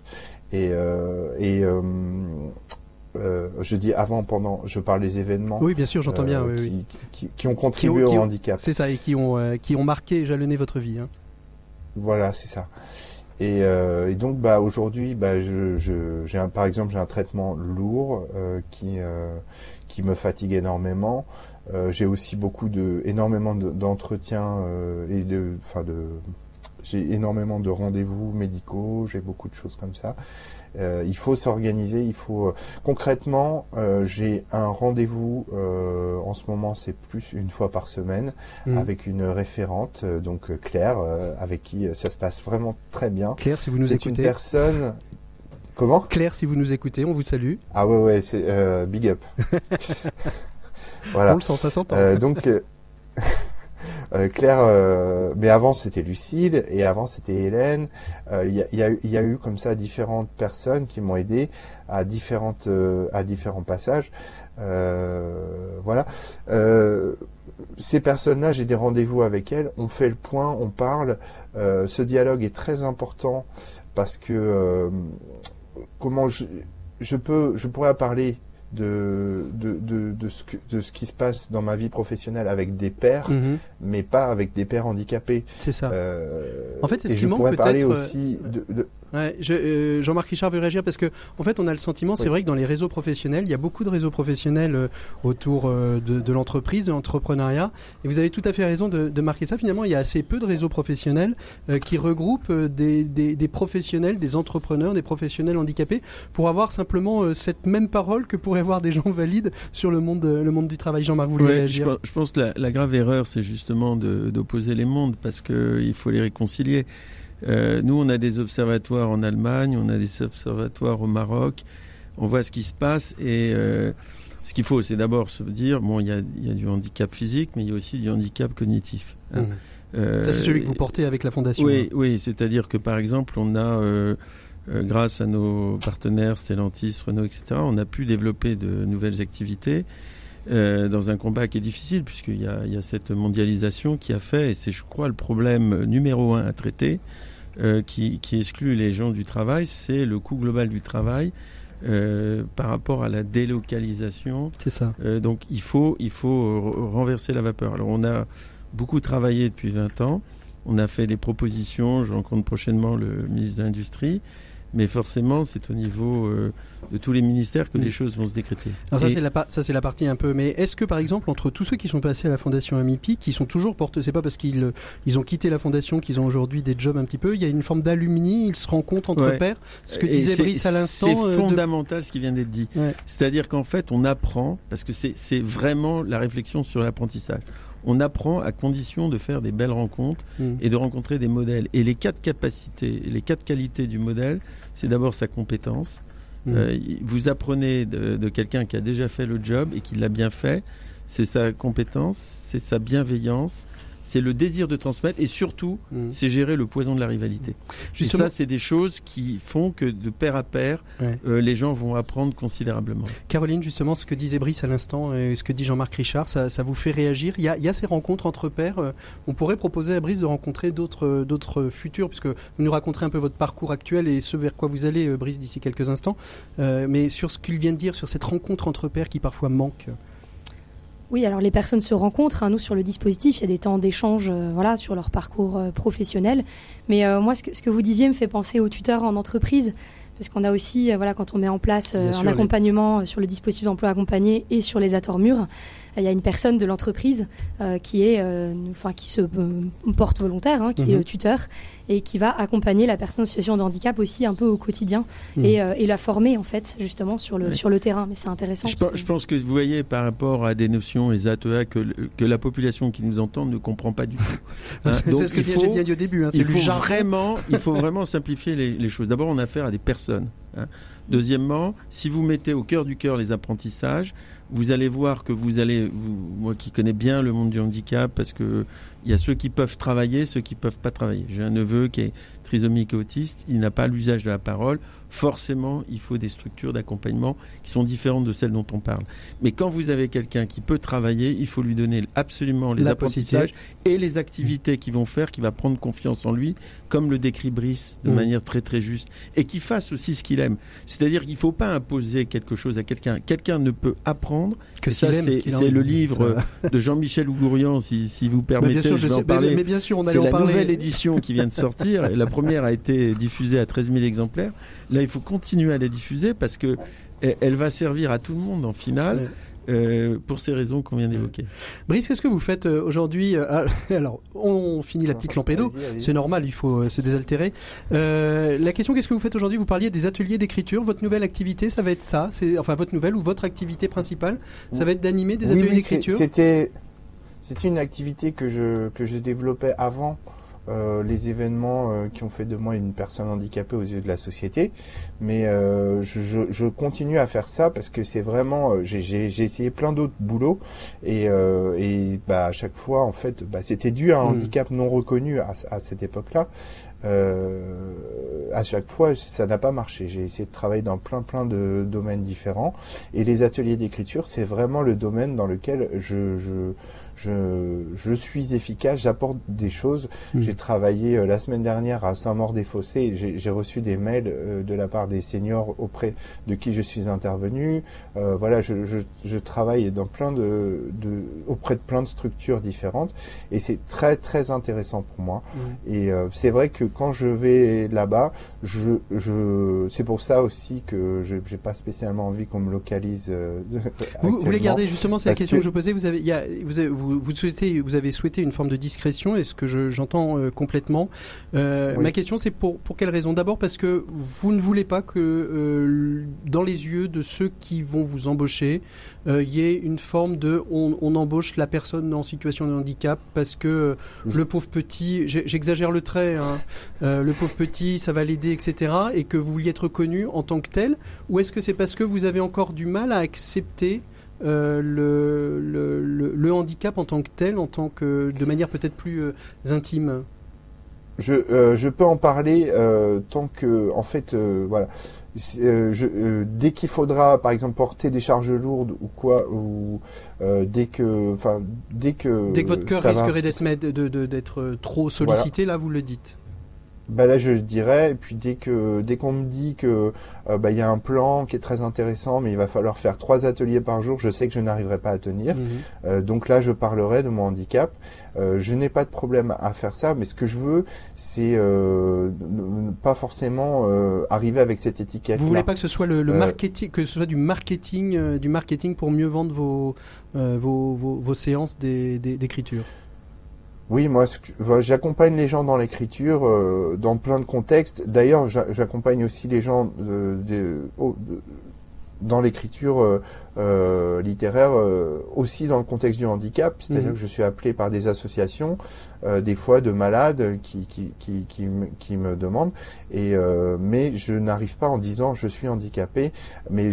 Je dis avant, pendant, je parle des événements. Oui, bien sûr, j'entends bien. Qui ont contribué au handicap. C'est ça, et qui ont marqué et jalonné votre vie. Hein. Voilà, c'est ça. Et donc, aujourd'hui, par exemple, j'ai un traitement lourd qui me fatigue énormément. J'ai aussi énormément d'entretiens j'ai énormément de rendez-vous médicaux. J'ai beaucoup de choses comme ça. Il faut s'organiser. Concrètement, j'ai un rendez-vous. En ce moment, c'est plus une fois par semaine avec une référente, donc Claire, avec qui ça se passe vraiment très bien. Claire, si vous nous écoutez. C'est une personne. Comment ? Claire, si vous nous écoutez, on vous salue. Ah ouais, c'est big up. Voilà. On le sent, ça s'entend. Claire, mais avant c'était Lucille et avant c'était Hélène. Il y a eu comme ça différentes personnes qui m'ont aidé à différents passages. Voilà. Ces personnes-là, j'ai des rendez-vous avec elles. On fait le point, on parle. Ce dialogue est très important parce que comment je pourrais parler de ce qui se passe dans ma vie professionnelle avec des pairs, mais pas avec des pairs handicapés. C'est ça. En fait, c'est ce qui manque peut-être. Parler aussi Ouais, Jean-Marc Richard veut réagir parce que, en fait, on a le sentiment, c'est vrai que dans les réseaux professionnels, il y a beaucoup de réseaux professionnels autour de l'entreprise, de l'entrepreneuriat. Et vous avez tout à fait raison de marquer ça. Finalement, il y a assez peu de réseaux professionnels qui regroupent des professionnels, des entrepreneurs, des professionnels handicapés pour avoir simplement cette même parole que pourraient avoir des gens valides sur le monde du travail. Jean-Marc, vous voulez réagir ? Je pense que la grave erreur, c'est justement d'opposer les mondes parce qu'il faut les réconcilier. Nous, on a des observatoires en Allemagne, on a des observatoires au Maroc. On voit ce qui se passe et ce qu'il faut, c'est d'abord se dire, il y a du handicap physique, mais il y a aussi du handicap cognitif. Hein. Ça, c'est celui que vous portez avec la Fondation. Oui, c'est-à-dire que par exemple, on a, grâce à nos partenaires Stellantis, Renault, etc., on a pu développer de nouvelles activités dans un combat qui est difficile, puisqu'il y a cette mondialisation qui a fait, et c'est, je crois, le problème numéro 1 à traiter, qui exclut les gens du travail, c'est le coût global du travail par rapport à la délocalisation. C'est ça. Donc il faut renverser la vapeur. Alors on a beaucoup travaillé depuis 20 ans. On a fait des propositions. Je rencontre prochainement le ministre de l'Industrie. Mais forcément, c'est au niveau de tous les ministères que les choses vont se décréter. Alors ça, c'est la partie un peu... Mais est-ce que, par exemple, entre tous ceux qui sont passés à la Fondation AMIPI, qui sont toujours porteurs, c'est pas parce qu'ils ont quitté la Fondation qu'ils ont aujourd'hui des jobs un petit peu, il y a une forme d'alumni, ils se rencontrent entre pairs. Ce que disait Brice à l'instant... C'est fondamental ce qui vient d'être dit. Ouais. C'est-à-dire qu'en fait, on apprend, parce que c'est vraiment la réflexion sur l'apprentissage. On apprend à condition de faire des belles rencontres et de rencontrer des modèles. Et les 4 capacités, les 4 qualités du modèle, c'est d'abord sa compétence. Vous apprenez de quelqu'un qui a déjà fait le job et qui l'a bien fait. C'est sa compétence, c'est sa bienveillance, c'est le désir de transmettre et surtout, c'est gérer le poison de la rivalité. Justement, et ça, c'est des choses qui font que de pair à pair, les gens vont apprendre considérablement. Caroline, justement, ce que disait Brice à l'instant et ce que dit Jean-Marc Richard, ça vous fait réagir. Il y a ces rencontres entre pairs. On pourrait proposer à Brice de rencontrer d'autres futurs, puisque vous nous raconterez un peu votre parcours actuel et ce vers quoi vous allez, Brice, d'ici quelques instants. Mais sur ce qu'il vient de dire, sur cette rencontre entre pairs qui parfois manque. Oui, alors les personnes se rencontrent. Nous, sur le dispositif, il y a des temps d'échange sur leur parcours professionnel. Mais moi, ce que vous disiez me fait penser aux tuteurs en entreprise. Parce qu'on a aussi, quand on met en place un accompagnement sur le dispositif d'emploi accompagné et sur les attorts mûrs, il y a une personne de l'entreprise qui se porte volontaire, qui est le tuteur, et qui va accompagner la personne en situation de handicap aussi un peu au quotidien et la former en fait justement sur le terrain. Mais c'est intéressant. Je pense que vous voyez par rapport à des notions ESAT-EA que la population qui nous entend ne comprend pas du tout. C'est ce que j'ai bien dit au début. Il faut vraiment simplifier les choses. D'abord, on a affaire à des personnes. Deuxièmement, si vous mettez au cœur du cœur les apprentissages, vous allez voir que moi qui connais bien le monde du handicap, parce que il y a ceux qui peuvent travailler, ceux qui peuvent pas travailler. J'ai un neveu qui est trisomique et autiste, il n'a pas l'usage de la parole. Forcément, il faut des structures d'accompagnement qui sont différentes de celles dont on parle. Mais quand vous avez quelqu'un qui peut travailler, il faut lui donner absolument les apprentissages et les activités qu'il va prendre confiance en lui, comme le décrit Brice de manière très très juste, et qu'il fasse aussi ce qu'il aime. C'est-à-dire qu'il ne faut pas imposer quelque chose à quelqu'un. Quelqu'un ne peut apprendre que ça, c'est le livre de Jean-Michel Ougourian, si vous permettez, je vais en parler. Mais bien sûr, on allait en parler. C'est la nouvelle édition qui vient de sortir. Et la première a été diffusée à 13 000 exemplaires. Là, il faut continuer à la diffuser parce que elle va servir à tout le monde en finale. Pour ces raisons qu'on vient d'évoquer. Brice, qu'est-ce que vous faites aujourd'hui Alors, on finit la petite lampée d'eau. C'est normal, il faut se désaltérer. La question, qu'est-ce que vous faites aujourd'hui? Vous parliez des ateliers d'écriture. Votre nouvelle activité, ça va être ça? Votre nouvelle ou votre activité principale, ça va être d'animer des ateliers d'écriture? C'était une activité que je développais avant les événements qui ont fait de moi une personne handicapée aux yeux de la société, mais je continue à faire ça parce que c'est vraiment j'ai essayé plein d'autres boulots et à chaque fois en fait c'était dû à un handicap non reconnu à cette époque-là. À chaque fois ça n'a pas marché. J'ai essayé de travailler dans plein de domaines différents et les ateliers d'écriture c'est vraiment le domaine dans lequel je suis efficace, j'apporte des choses. J'ai travaillé la semaine dernière à Saint-Maur-des-Fossés et j'ai reçu des mails de la part des seniors auprès de qui je suis intervenu. Je travaille dans auprès de plein de structures différentes et c'est très très intéressant pour moi. Et c'est vrai que quand je vais là-bas, c'est pour ça aussi que j'ai pas spécialement envie qu'on me localise. Vous voulez garder justement, c'est la question que je posais. Vous avez souhaité une forme de discrétion, et ce que j'entends complètement. Ma question, c'est pour quelle raison? D'abord parce que vous ne voulez pas que dans les yeux de ceux qui vont vous embaucher, il y ait une forme de on embauche la personne en situation de handicap parce que le pauvre petit, j'exagère le trait, le pauvre petit, ça va l'aider, etc. Et que vous vouliez être reconnu en tant que tel, ou est-ce que c'est parce que vous avez encore du mal à accepter le handicap en tant que tel, de manière peut-être plus intime? Je peux en parler tant que, en fait, voilà. Dès qu'il faudra, par exemple, porter des charges lourdes ou quoi, ou dès que votre cœur risquerait d'être trop sollicité, voilà. Là, vous le dites. Bah là je le dirais, et puis dès qu'on me dit que y a un plan qui est très intéressant, mais il va falloir faire 3 ateliers par jour, je sais que je n'arriverai pas à tenir. Donc là je parlerai de mon handicap. Je n'ai pas de problème à faire ça, mais ce que je veux, c'est pas forcément arriver avec cette étiquette. Vous voulez pas que ce soit le marketing, que ce soit du marketing pour mieux vendre vos séances d'écriture. Oui, moi, j'accompagne les gens dans l'écriture, dans plein de contextes. D'ailleurs, j'accompagne aussi les gens dans l'écriture littéraire, aussi dans le contexte du handicap. C'est-à-dire que je suis appelé par des associations, des fois de malades qui me demandent. Mais je n'arrive pas en disant je suis handicapé. Mais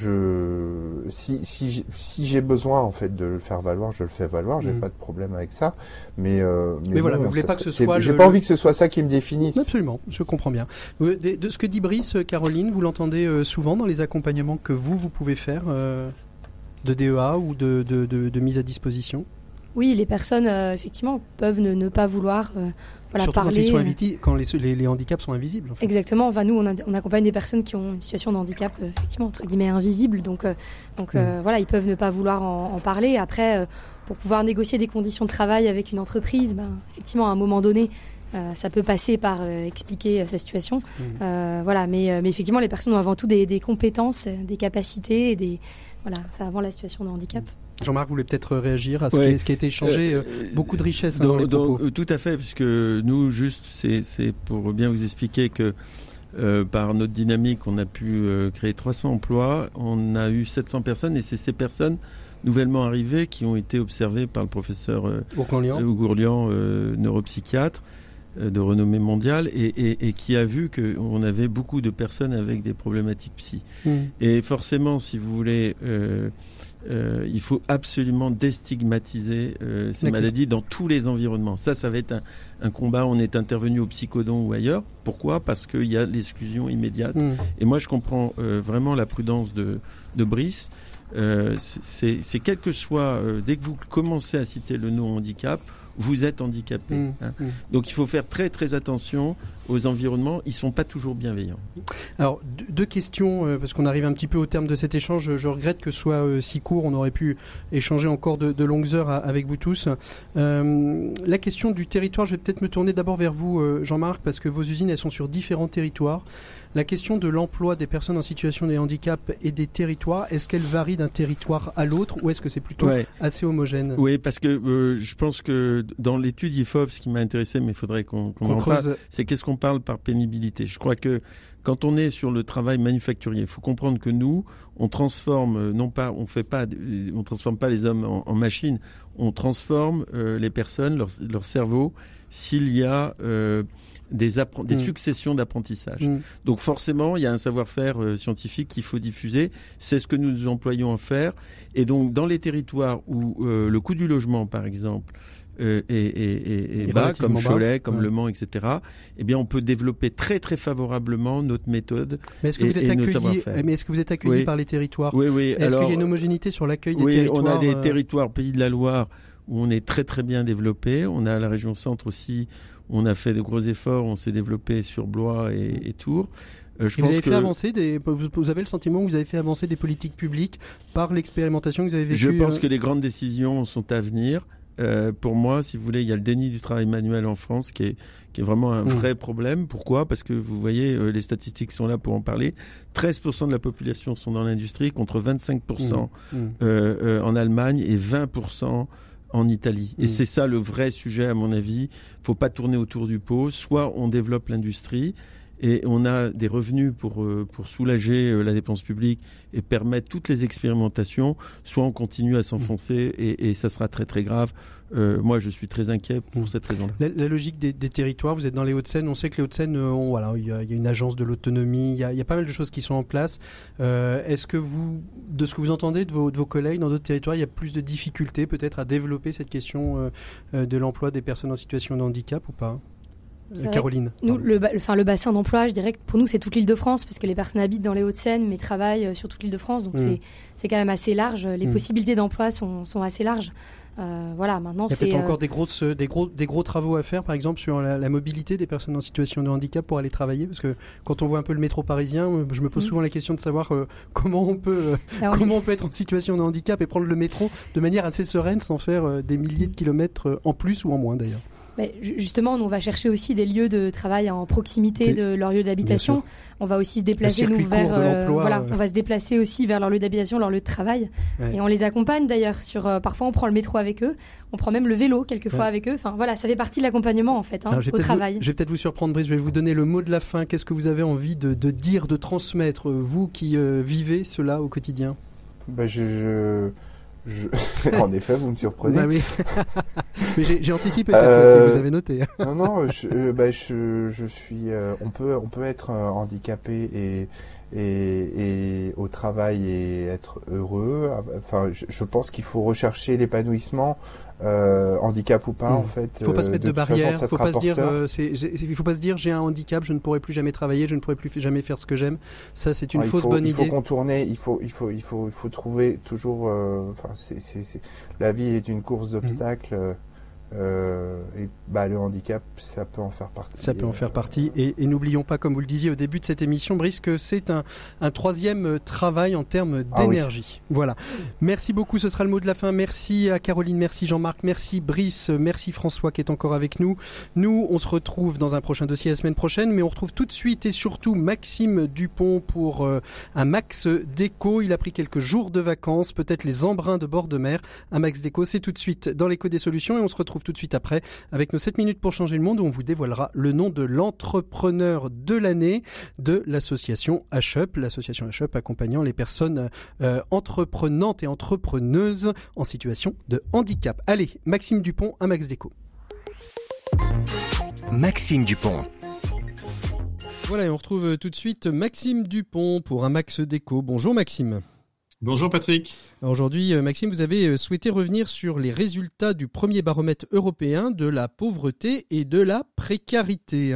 si j'ai besoin en fait de le faire valoir, je le fais valoir. J'ai pas de problème avec ça. Mais voilà, vous voulez pas que ce soit. J'ai pas envie que ce soit ça qui me définisse. Absolument, je comprends bien. De ce que dit Brice, Caroline, vous l'entendez souvent dans les accompagnements que vous pouvez faire de DEA ou de mise à disposition? Oui, les personnes, effectivement, peuvent ne pas vouloir surtout parler. Quand les handicaps sont invisibles. En fait. Exactement. Enfin, nous, on accompagne des personnes qui ont une situation de handicap, effectivement, entre guillemets, invisible. Donc voilà, ils peuvent ne pas vouloir en parler. Après, pour pouvoir négocier des conditions de travail avec une entreprise, effectivement, à un moment donné, ça peut passer par expliquer sa situation. Voilà, mais effectivement, les personnes ont avant tout des compétences, des capacités, ça avant la situation de handicap. Jean-Marc voulait peut-être réagir à ce qui a été échangé, beaucoup de richesse dans les propos. Tout à fait, puisque nous, juste, c'est pour bien vous expliquer que par notre dynamique, on a pu créer 300 emplois, on a eu 700 personnes, et c'est ces personnes nouvellement arrivées qui ont été observées par le professeur Gourlian, neuropsychiatre de renommée mondiale, et qui a vu qu'on avait beaucoup de personnes avec des problématiques psy. Et forcément, si vous voulez... il faut absolument déstigmatiser ces maladies dans tous les environnements. Ça va être un combat. On est intervenu au Psychodon ou ailleurs. Pourquoi ? Parce qu'il y a l'exclusion immédiate. Et moi, je comprends vraiment la prudence de Brice. C'est quel que soit, dès que vous commencez à citer le nom handicap, vous êtes handicapé. Donc il faut faire très très attention aux environnements, ils ne sont pas toujours bienveillants. Alors deux questions, parce qu'on arrive un petit peu au terme de cet échange. Je regrette que ce soit si court, on aurait pu échanger encore de longues heures avec vous tous. La question du territoire, je vais peut-être me tourner d'abord vers vous, Jean-Marc, parce que vos usines, elles sont sur différents territoires. La question de l'emploi des personnes en situation de handicap et des territoires, est-ce qu'elle varie d'un territoire à l'autre ou est-ce que c'est plutôt assez homogène ? Oui, parce que je pense que dans l'étude IFOP, ce qui m'a intéressé, mais il faudrait qu'on en parle, c'est qu'est-ce qu'on parle par pénibilité. Je crois que quand on est sur le travail manufacturier, il faut comprendre que nous, on transforme, on transforme pas les hommes en machines, on transforme les personnes, leur cerveau, s'il y a des successions d'apprentissage. Donc forcément, il y a un savoir-faire scientifique qu'il faut diffuser. C'est ce que nous nous employons à faire. Et donc, dans les territoires où le coût du logement, par exemple, est bas, comme Cholet, comme Le Mans, etc., eh bien, on peut développer très, très favorablement notre méthode et nos savoir-faire. Mais est-ce que vous êtes accueilli par les territoires ? Oui. Est-ce qu'il y a une homogénéité sur l'accueil des territoires ? Oui, on a des territoires, Pays de la Loire, où on est très, très bien développé. On a la région centre aussi, où on a fait de gros efforts. On s'est développé sur Blois et Tours. Vous avez le sentiment que vous avez fait avancer des politiques publiques par l'expérimentation que vous avez vécue ? Je pense que les grandes décisions sont à venir. Pour moi, si vous voulez, il y a le déni du travail manuel en France qui est vraiment un vrai problème. Pourquoi ? Parce que vous voyez, les statistiques sont là pour en parler. 13% de la population sont dans l'industrie contre 25% en Allemagne et 20% en Italie. Et c'est ça le vrai sujet, à mon avis. Il ne faut pas tourner autour du pot. Soit on développe l'industrie et on a des revenus pour soulager la dépense publique et permettre toutes les expérimentations, soit on continue à s'enfoncer et ça sera très très grave. Moi, je suis très inquiet pour cette raison-là. La logique des territoires, vous êtes dans les Hauts-de-Seine, on sait que les Hauts-de-Seine, il y a une agence de l'autonomie, il y a pas mal de choses qui sont en place. Est-ce que de ce que vous entendez de vos collègues dans d'autres territoires, il y a plus de difficultés peut-être à développer cette question de l'emploi des personnes en situation de handicap ou pas ? Caroline. Nous, le bassin d'emploi, je dirais que pour nous, c'est toute l'Île-de-France, parce que les personnes habitent dans les Hauts-de-Seine, mais travaillent sur toute l'Île-de-France. Donc, c'est quand même assez large. Les possibilités d'emploi sont assez larges. Maintenant, il y a peut-être encore des gros travaux à faire, par exemple, sur la mobilité des personnes en situation de handicap pour aller travailler. Parce que quand on voit un peu le métro parisien, je me pose souvent la question de savoir comment on peut être en situation de handicap et prendre le métro de manière assez sereine sans faire des milliers de kilomètres en plus ou en moins, d'ailleurs. Justement, on va chercher aussi des lieux de travail en proximité de leur lieu d'habitation. On va aussi se déplacer on va se déplacer aussi vers leur lieu d'habitation, leur lieu de travail. Ouais. Et on les accompagne d'ailleurs parfois on prend le métro avec eux, on prend même le vélo quelquefois avec eux. Enfin ça fait partie de l'accompagnement en fait au travail. Je vais peut-être vous surprendre, Brice, je vais vous donner le mot de la fin. Qu'est-ce que vous avez envie de dire, de transmettre, vous qui vivez cela au quotidien? En effet, vous me surprenez. Oui. Mais j'ai anticipé cette fois-ci, vous avez noté. Non, je suis. On peut être handicapé et au travail et être heureux. Enfin, je pense qu'il faut rechercher l'épanouissement, handicap ou pas, en fait. Il ne faut pas se mettre de barrière. Il ne faut pas se dire j'ai un handicap, je ne pourrai plus jamais travailler, je ne pourrai plus jamais faire ce que j'aime. Ça, c'est une fausse bonne idée. Il faut contourner. Il faut trouver toujours. La vie est une course d'obstacles. Le handicap, ça peut en faire partie. Ça peut en faire partie. Et n'oublions pas, comme vous le disiez au début de cette émission, Brice, que c'est un troisième travail en termes d'énergie. Oui. Voilà. Merci beaucoup, ce sera le mot de la fin. Merci à Caroline, merci Jean-Marc, merci Brice, merci François qui est encore avec nous. Nous, on se retrouve dans un prochain dossier la semaine prochaine, mais on retrouve tout de suite et surtout Maxime Dupont pour un Max Déco. Il a pris quelques jours de vacances, peut-être les embruns de bord de mer. Un Max Déco, c'est tout de suite dans l'écho des solutions et on se retrouve tout de suite après avec nos 7 minutes pour changer le monde où on vous dévoilera le nom de l'entrepreneur de l'année de l'association HUP, l'association HUP accompagnant les personnes entreprenantes et entrepreneuses en situation de handicap. Allez, Maxime Dupont, un Max Déco. Maxime Dupont. Voilà, et on retrouve tout de suite Maxime Dupont pour un Max Déco. Bonjour Maxime. Bonjour Patrick. Alors aujourd'hui, Maxime, vous avez souhaité revenir sur les résultats du premier baromètre européen de la pauvreté et de la précarité.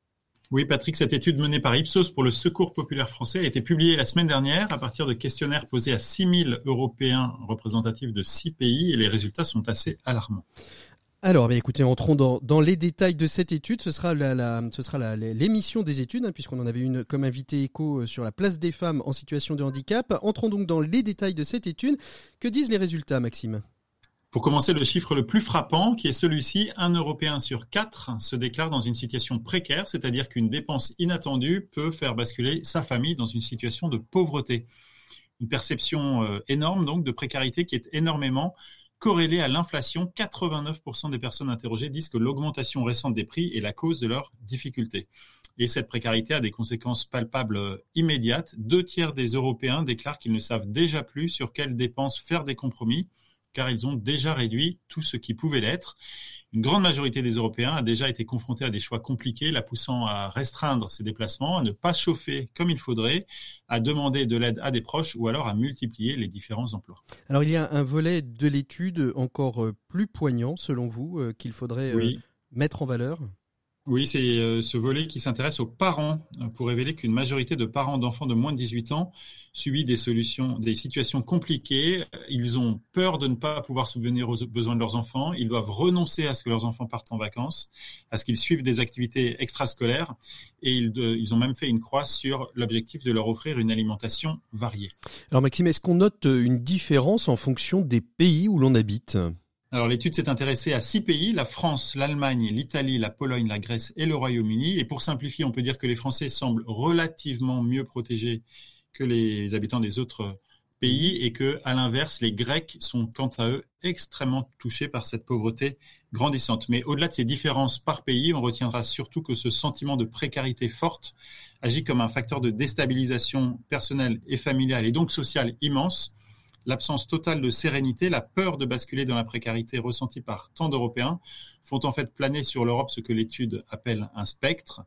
Oui Patrick, cette étude menée par Ipsos pour le Secours populaire français a été publiée la semaine dernière à partir de questionnaires posés à 6000 Européens représentatifs de 6 pays et les résultats sont assez alarmants. Alors, écoutez, entrons dans les détails de cette étude. Ce sera l'émission des études, puisqu'on en avait une comme invité écho sur la place des femmes en situation de handicap. Entrons donc dans les détails de cette étude. Que disent les résultats, Maxime ? Pour commencer, le chiffre le plus frappant, qui est celui-ci, 1 Européen sur 4 se déclare dans une situation précaire, c'est-à-dire qu'une dépense inattendue peut faire basculer sa famille dans une situation de pauvreté. Une perception énorme, donc, de précarité qui est énormément corrélée à l'inflation. 89% des personnes interrogées disent que l'augmentation récente des prix est la cause de leurs difficultés. Et cette précarité a des conséquences palpables immédiates. 2/3 des Européens déclarent qu'ils ne savent déjà plus sur quelles dépenses faire des compromis, car ils ont déjà réduit tout ce qui pouvait l'être. Une grande majorité des Européens a déjà été confrontée à des choix compliqués, la poussant à restreindre ses déplacements, à ne pas chauffer comme il faudrait, à demander de l'aide à des proches ou alors à multiplier les différents emplois. Alors il y a un volet de l'étude encore plus poignant, selon vous, qu'il faudrait mettre en valeur ? Oui, c'est ce volet qui s'intéresse aux parents pour révéler qu'une majorité de parents d'enfants de moins de 18 ans subit des situations compliquées. Ils ont peur de ne pas pouvoir subvenir aux besoins de leurs enfants. Ils doivent renoncer à ce que leurs enfants partent en vacances, à ce qu'ils suivent des activités extrascolaires et ils ont même fait une croix sur l'objectif de leur offrir une alimentation variée. Alors Maxime, est-ce qu'on note une différence en fonction des pays où l'on habite ? Alors l'étude s'est intéressée à 6 pays, la France, l'Allemagne, l'Italie, la Pologne, la Grèce et le Royaume-Uni. Et pour simplifier, on peut dire que les Français semblent relativement mieux protégés que les habitants des autres pays et que, à l'inverse, les Grecs sont quant à eux extrêmement touchés par cette pauvreté grandissante. Mais au-delà de ces différences par pays, on retiendra surtout que ce sentiment de précarité forte agit comme un facteur de déstabilisation personnelle et familiale et donc sociale immense. L'absence totale de sérénité, la peur de basculer dans la précarité ressentie par tant d'Européens font en fait planer sur l'Europe ce que l'étude appelle un spectre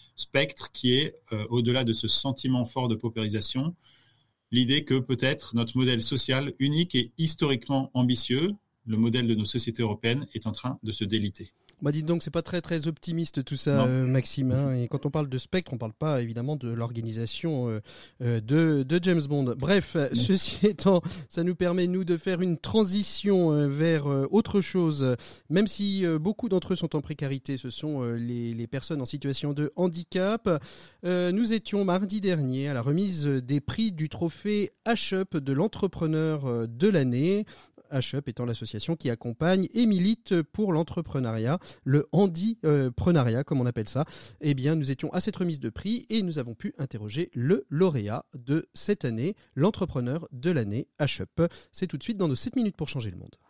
qui est, au-delà de ce sentiment fort de paupérisation, l'idée que peut-être notre modèle social unique et historiquement ambitieux, le modèle de nos sociétés européennes, est en train de se déliter. Bah dites donc, c'est pas très très optimiste tout ça, Maxime. Hein. Et quand on parle de spectre, on parle pas évidemment de l'organisation de James Bond. Bref, ceci étant, ça nous permet nous de faire une transition vers autre chose. Même si beaucoup d'entre eux sont en précarité, ce sont les personnes en situation de handicap. Nous étions mardi dernier à la remise des prix du trophée H-Up de l'entrepreneur de l'année. H-Up étant l'association qui accompagne et milite pour l'entrepreneuriat, le handiprenariat comme on appelle ça. Eh bien, nous étions à cette remise de prix et nous avons pu interroger le lauréat de cette année, l'entrepreneur de l'année H-Up. C'est tout de suite dans nos 7 minutes pour changer le monde.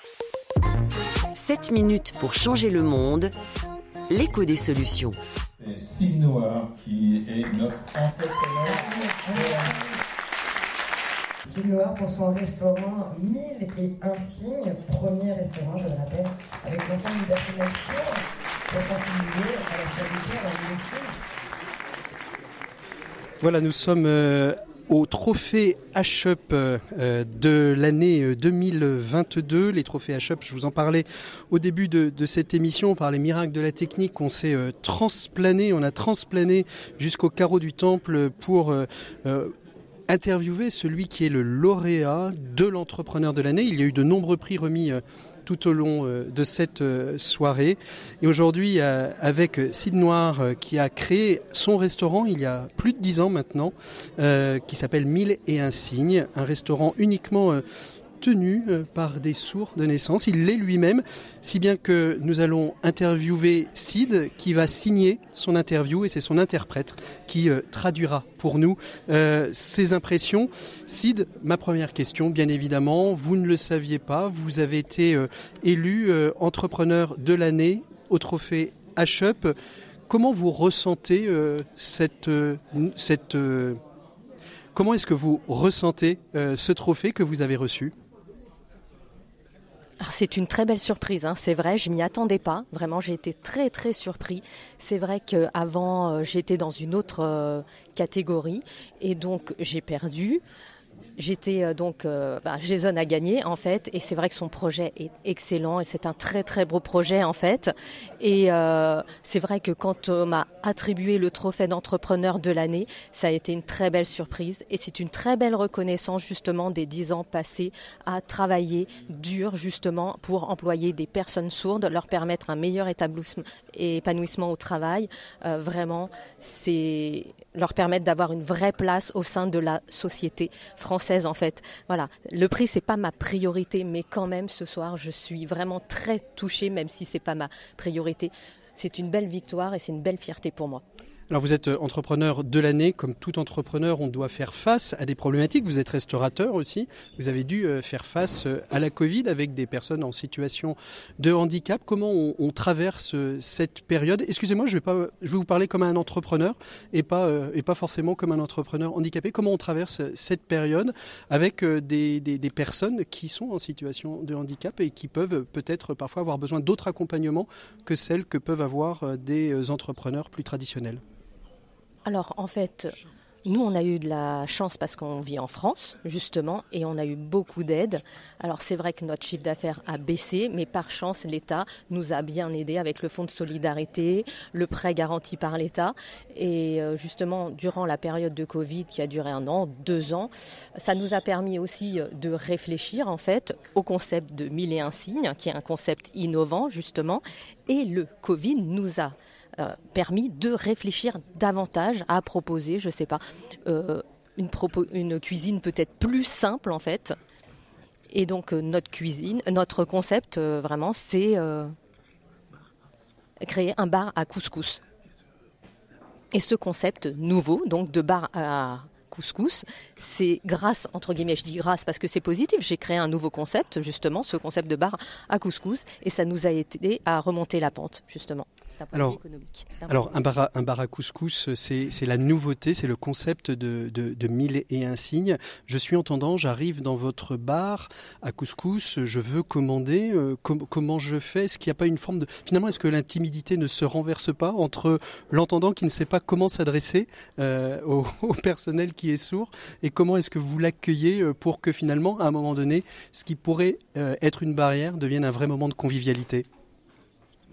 7 minutes pour changer le monde, l'écho des solutions. C'est Sid Noir qui est notre entrepreneur. Sid Noir pour son restaurant 1001 signes, premier restaurant, je le rappelle, avec l'ensemble du personnel sourd pour sensibiliser à la surdité, à la médecine. Voilà, nous sommes au trophée H-Up de l'année 2022. Les trophées H-Up, je vous en parlais au début de cette émission, par les miracles de la technique, on s'est transplané jusqu'au carreau du temple pour interviewer celui qui est le lauréat de l'entrepreneur de l'année. Il y a eu de nombreux prix remis tout au long de cette soirée. Et aujourd'hui, avec Sid Noir, qui a créé son restaurant il y a plus de 10 ans maintenant, qui s'appelle 1001 signes, un restaurant uniquement tenu par des sourds de naissance. Il l'est lui-même, si bien que nous allons interviewer Sid, qui va signer son interview, et c'est son interprète qui traduira pour nous ses impressions. Sid, ma première question, bien évidemment, vous ne le saviez pas, vous avez été élu entrepreneur de l'année au trophée H-Up. Comment vous ressentez comment est-ce que vous ressentez ce trophée que vous avez reçu ? Alors, c'est une très belle surprise, hein. C'est vrai, je m'y attendais pas. Vraiment, j'ai été très très surpris. C'est vrai qu'avant, j'étais dans une autre catégorie et donc j'ai perdu. J'étais Jason a gagné en fait, et c'est vrai que son projet est excellent et c'est un très très beau projet en fait. Et c'est vrai que quand on m'a attribué le trophée d'entrepreneur de l'année, ça a été une très belle surprise et c'est une très belle reconnaissance justement des 10 ans passés à travailler dur justement pour employer des personnes sourdes, leur permettre un meilleur épanouissement au travail. Vraiment, c'est leur permettre d'avoir une vraie place au sein de la société française en fait. Voilà, le prix c'est pas ma priorité, mais quand même ce soir je suis vraiment très touchée, même si c'est pas ma priorité. C'est une belle victoire et c'est une belle fierté pour moi. Alors vous êtes entrepreneur de l'année, comme tout entrepreneur, on doit faire face à des problématiques. Vous êtes restaurateur aussi, vous avez dû faire face à la Covid avec des personnes en situation de handicap. Comment on traverse cette période ? Excusez-moi, je vais vous parler comme un entrepreneur et pas forcément comme un entrepreneur handicapé. Comment on traverse cette période avec des personnes qui sont en situation de handicap et qui peuvent peut-être parfois avoir besoin d'autres accompagnements que celles que peuvent avoir des entrepreneurs plus traditionnels ? Alors en fait, nous on a eu de la chance parce qu'on vit en France justement et on a eu beaucoup d'aides. Alors c'est vrai que notre chiffre d'affaires a baissé, mais par chance l'État nous a bien aidés avec le fonds de solidarité, le prêt garanti par l'État. Et justement durant la période de Covid qui a duré 1 an, 2 ans, ça nous a permis aussi de réfléchir en fait au concept de 1001 signes, qui est un concept innovant justement. Et le Covid nous a permis de réfléchir davantage à proposer, je sais pas, une cuisine peut-être plus simple en fait. Et donc notre concept vraiment, c'est créer un bar à couscous. Et ce concept nouveau, donc de bar à couscous, c'est grâce, entre guillemets, je dis grâce parce que c'est positif, j'ai créé un nouveau concept, justement, ce concept de bar à couscous, et ça nous a aidé à remonter la pente, justement. Alors, un bar à couscous, c'est la nouveauté, c'est le concept de 1001 signes. Je suis entendant, j'arrive dans votre bar à couscous, je veux commander, comment je fais ? Est-ce qu'il n'y a pas une forme de... Finalement, est-ce que l'intimidité ne se renverse pas entre l'entendant qui ne sait pas comment s'adresser au personnel qui est sourd, et comment est-ce que vous l'accueillez pour que finalement, à un moment donné, ce qui pourrait être une barrière devienne un vrai moment de convivialité ?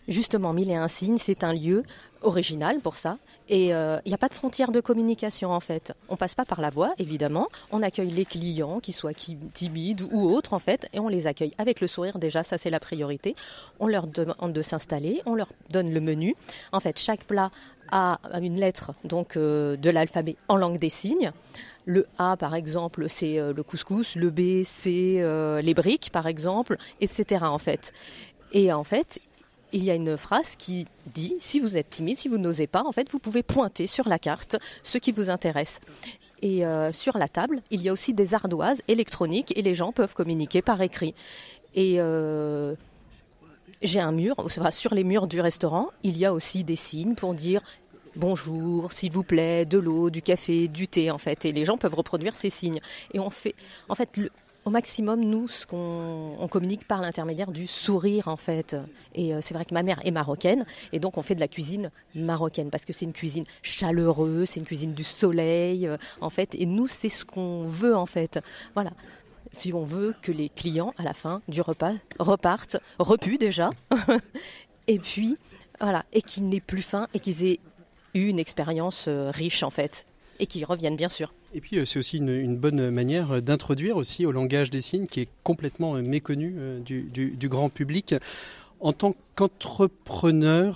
Justement, 1001 signes, c'est un lieu original pour ça. Et il n'y a pas de frontière de communication en fait. On passe pas par la voix, évidemment. On accueille les clients, qu'ils soient timides ou autres en fait, et on les accueille avec le sourire déjà, ça c'est la priorité. On leur demande de s'installer, on leur donne le menu. En fait, chaque plat a une lettre donc de l'alphabet en langue des signes. Le A, par exemple, c'est le couscous. Le B, c'est les briques, par exemple, etc. en fait. Et en fait, il y a une phrase qui dit, si vous êtes timide, si vous n'osez pas, en fait, vous pouvez pointer sur la carte ce qui vous intéresse. Et sur la table, il y a aussi des ardoises électroniques et les gens peuvent communiquer par écrit. Et j'ai un mur, sur les murs du restaurant, il y a aussi des signes pour dire bonjour, s'il vous plaît, de l'eau, du café, du thé, en fait. Et les gens peuvent reproduire ces signes. Et on fait, en fait, au maximum, nous, on communique par l'intermédiaire du sourire, en fait. Et c'est vrai que ma mère est marocaine, et donc on fait de la cuisine marocaine, parce que c'est une cuisine chaleureuse, c'est une cuisine du soleil, en fait. Et nous, c'est ce qu'on veut, en fait. Voilà. Si on veut que les clients, à la fin du repas, repartent, repus déjà, et puis, voilà, et qu'ils n'aient plus faim, et qu'ils aient eu une expérience riche, en fait, et qu'ils reviennent, bien sûr. Et puis c'est aussi une bonne manière d'introduire aussi au langage des signes qui est complètement méconnu du grand public. En tant qu'entrepreneur,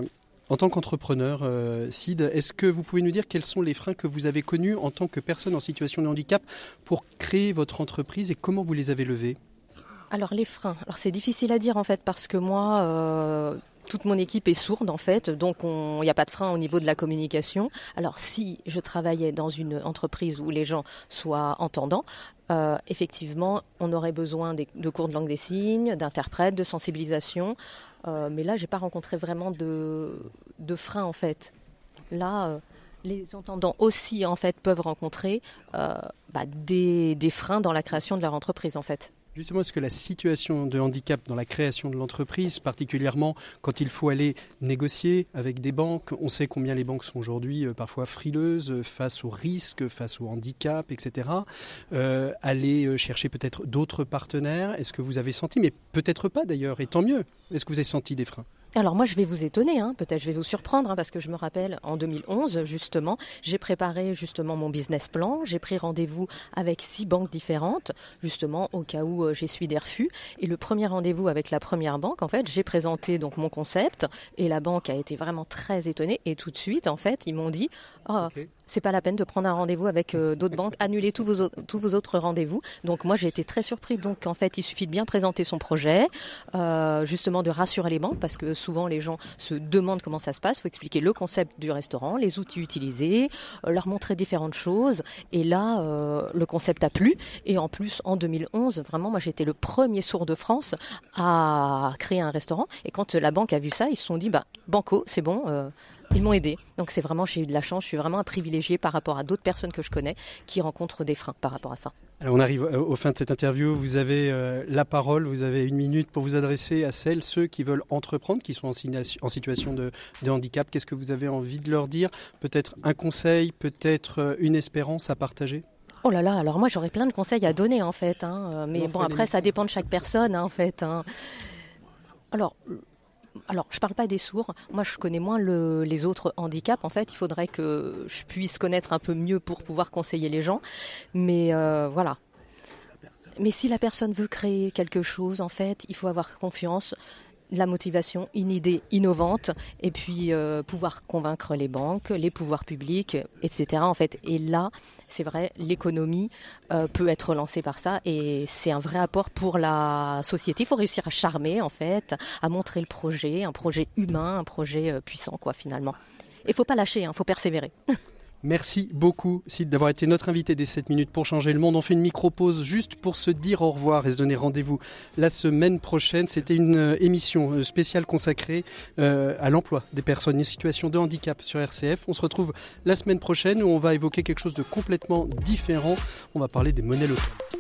Sid, est-ce que vous pouvez nous dire quels sont les freins que vous avez connus en tant que personne en situation de handicap pour créer votre entreprise et comment vous les avez levés ? Alors les freins, c'est difficile à dire en fait parce que moi... toute mon équipe est sourde en fait, donc il n'y a pas de frein au niveau de la communication. Alors si je travaillais dans une entreprise où les gens soient entendants, effectivement on aurait besoin de cours de langue des signes, d'interprètes, de sensibilisation. Mais là j'ai pas rencontré vraiment de frein en fait. Là les entendants aussi en fait peuvent rencontrer des freins dans la création de leur entreprise en fait. Justement, est-ce que la situation de handicap dans la création de l'entreprise, particulièrement quand il faut aller négocier avec des banques, on sait combien les banques sont aujourd'hui parfois frileuses face aux risques, face au handicap, etc. Aller chercher peut-être d'autres partenaires, est-ce que vous avez senti, mais peut-être pas d'ailleurs, et tant mieux, est-ce que vous avez senti des freins ? Alors moi je vais vous étonner, peut-être je vais vous surprendre, parce que je me rappelle en 2011 justement, j'ai préparé justement mon business plan, j'ai pris rendez-vous avec 6 banques différentes, justement au cas où j'essuie des refus. Et le premier rendez-vous avec la première banque, en fait, j'ai présenté donc mon concept et la banque a été vraiment très étonnée. Et tout de suite, en fait, ils m'ont dit c'est pas la peine de prendre un rendez-vous avec d'autres banques, annulez tous vos autres rendez-vous. Donc moi j'ai été très surpris. Donc en fait il suffit de bien présenter son projet, justement de rassurer les banques parce que souvent les gens se demandent comment ça se passe. Il faut expliquer le concept du restaurant, les outils utilisés, leur montrer différentes choses. Et là le concept a plu. Et en plus en 2011 vraiment moi j'ai été le premier sourd de France à créer un restaurant. Et quand la banque a vu ça, ils se sont dit banco, c'est bon. Ils m'ont aidé. Donc c'est vraiment, j'ai eu de la chance, je suis vraiment un privilégié par rapport à d'autres personnes que je connais qui rencontrent des freins par rapport à ça. Alors on arrive au fin de cette interview, vous avez la parole, vous avez 1 minute pour vous adresser à ceux qui veulent entreprendre, qui sont en situation de handicap. Qu'est-ce que vous avez envie de leur dire ? Peut-être un conseil, peut-être une espérance à partager ? Oh là là, alors moi j'aurais plein de conseils à donner en fait, mais bon après ça dépend de chaque personne en fait. Alors, je parle pas des sourds. Moi, je connais moins les autres handicaps. En fait, il faudrait que je puisse connaître un peu mieux pour pouvoir conseiller les gens. Mais voilà. Mais si la personne veut créer quelque chose, en fait, il faut avoir confiance, de la motivation, une idée innovante, et puis pouvoir convaincre les banques, les pouvoirs publics, etc. En fait, et là, c'est vrai, l'économie peut être relancée par ça, et c'est un vrai apport pour la société. Il faut réussir à charmer, en fait, à montrer le projet, un projet humain, un projet puissant, quoi, finalement. Et il faut pas lâcher, il faut persévérer. Merci beaucoup, Sid, d'avoir été notre invité des 7 minutes pour changer le monde. On fait une micro-pause juste pour se dire au revoir et se donner rendez-vous la semaine prochaine. C'était une émission spéciale consacrée à l'emploi des personnes en situation de handicap sur RCF. On se retrouve la semaine prochaine où on va évoquer quelque chose de complètement différent. On va parler des monnaies locales.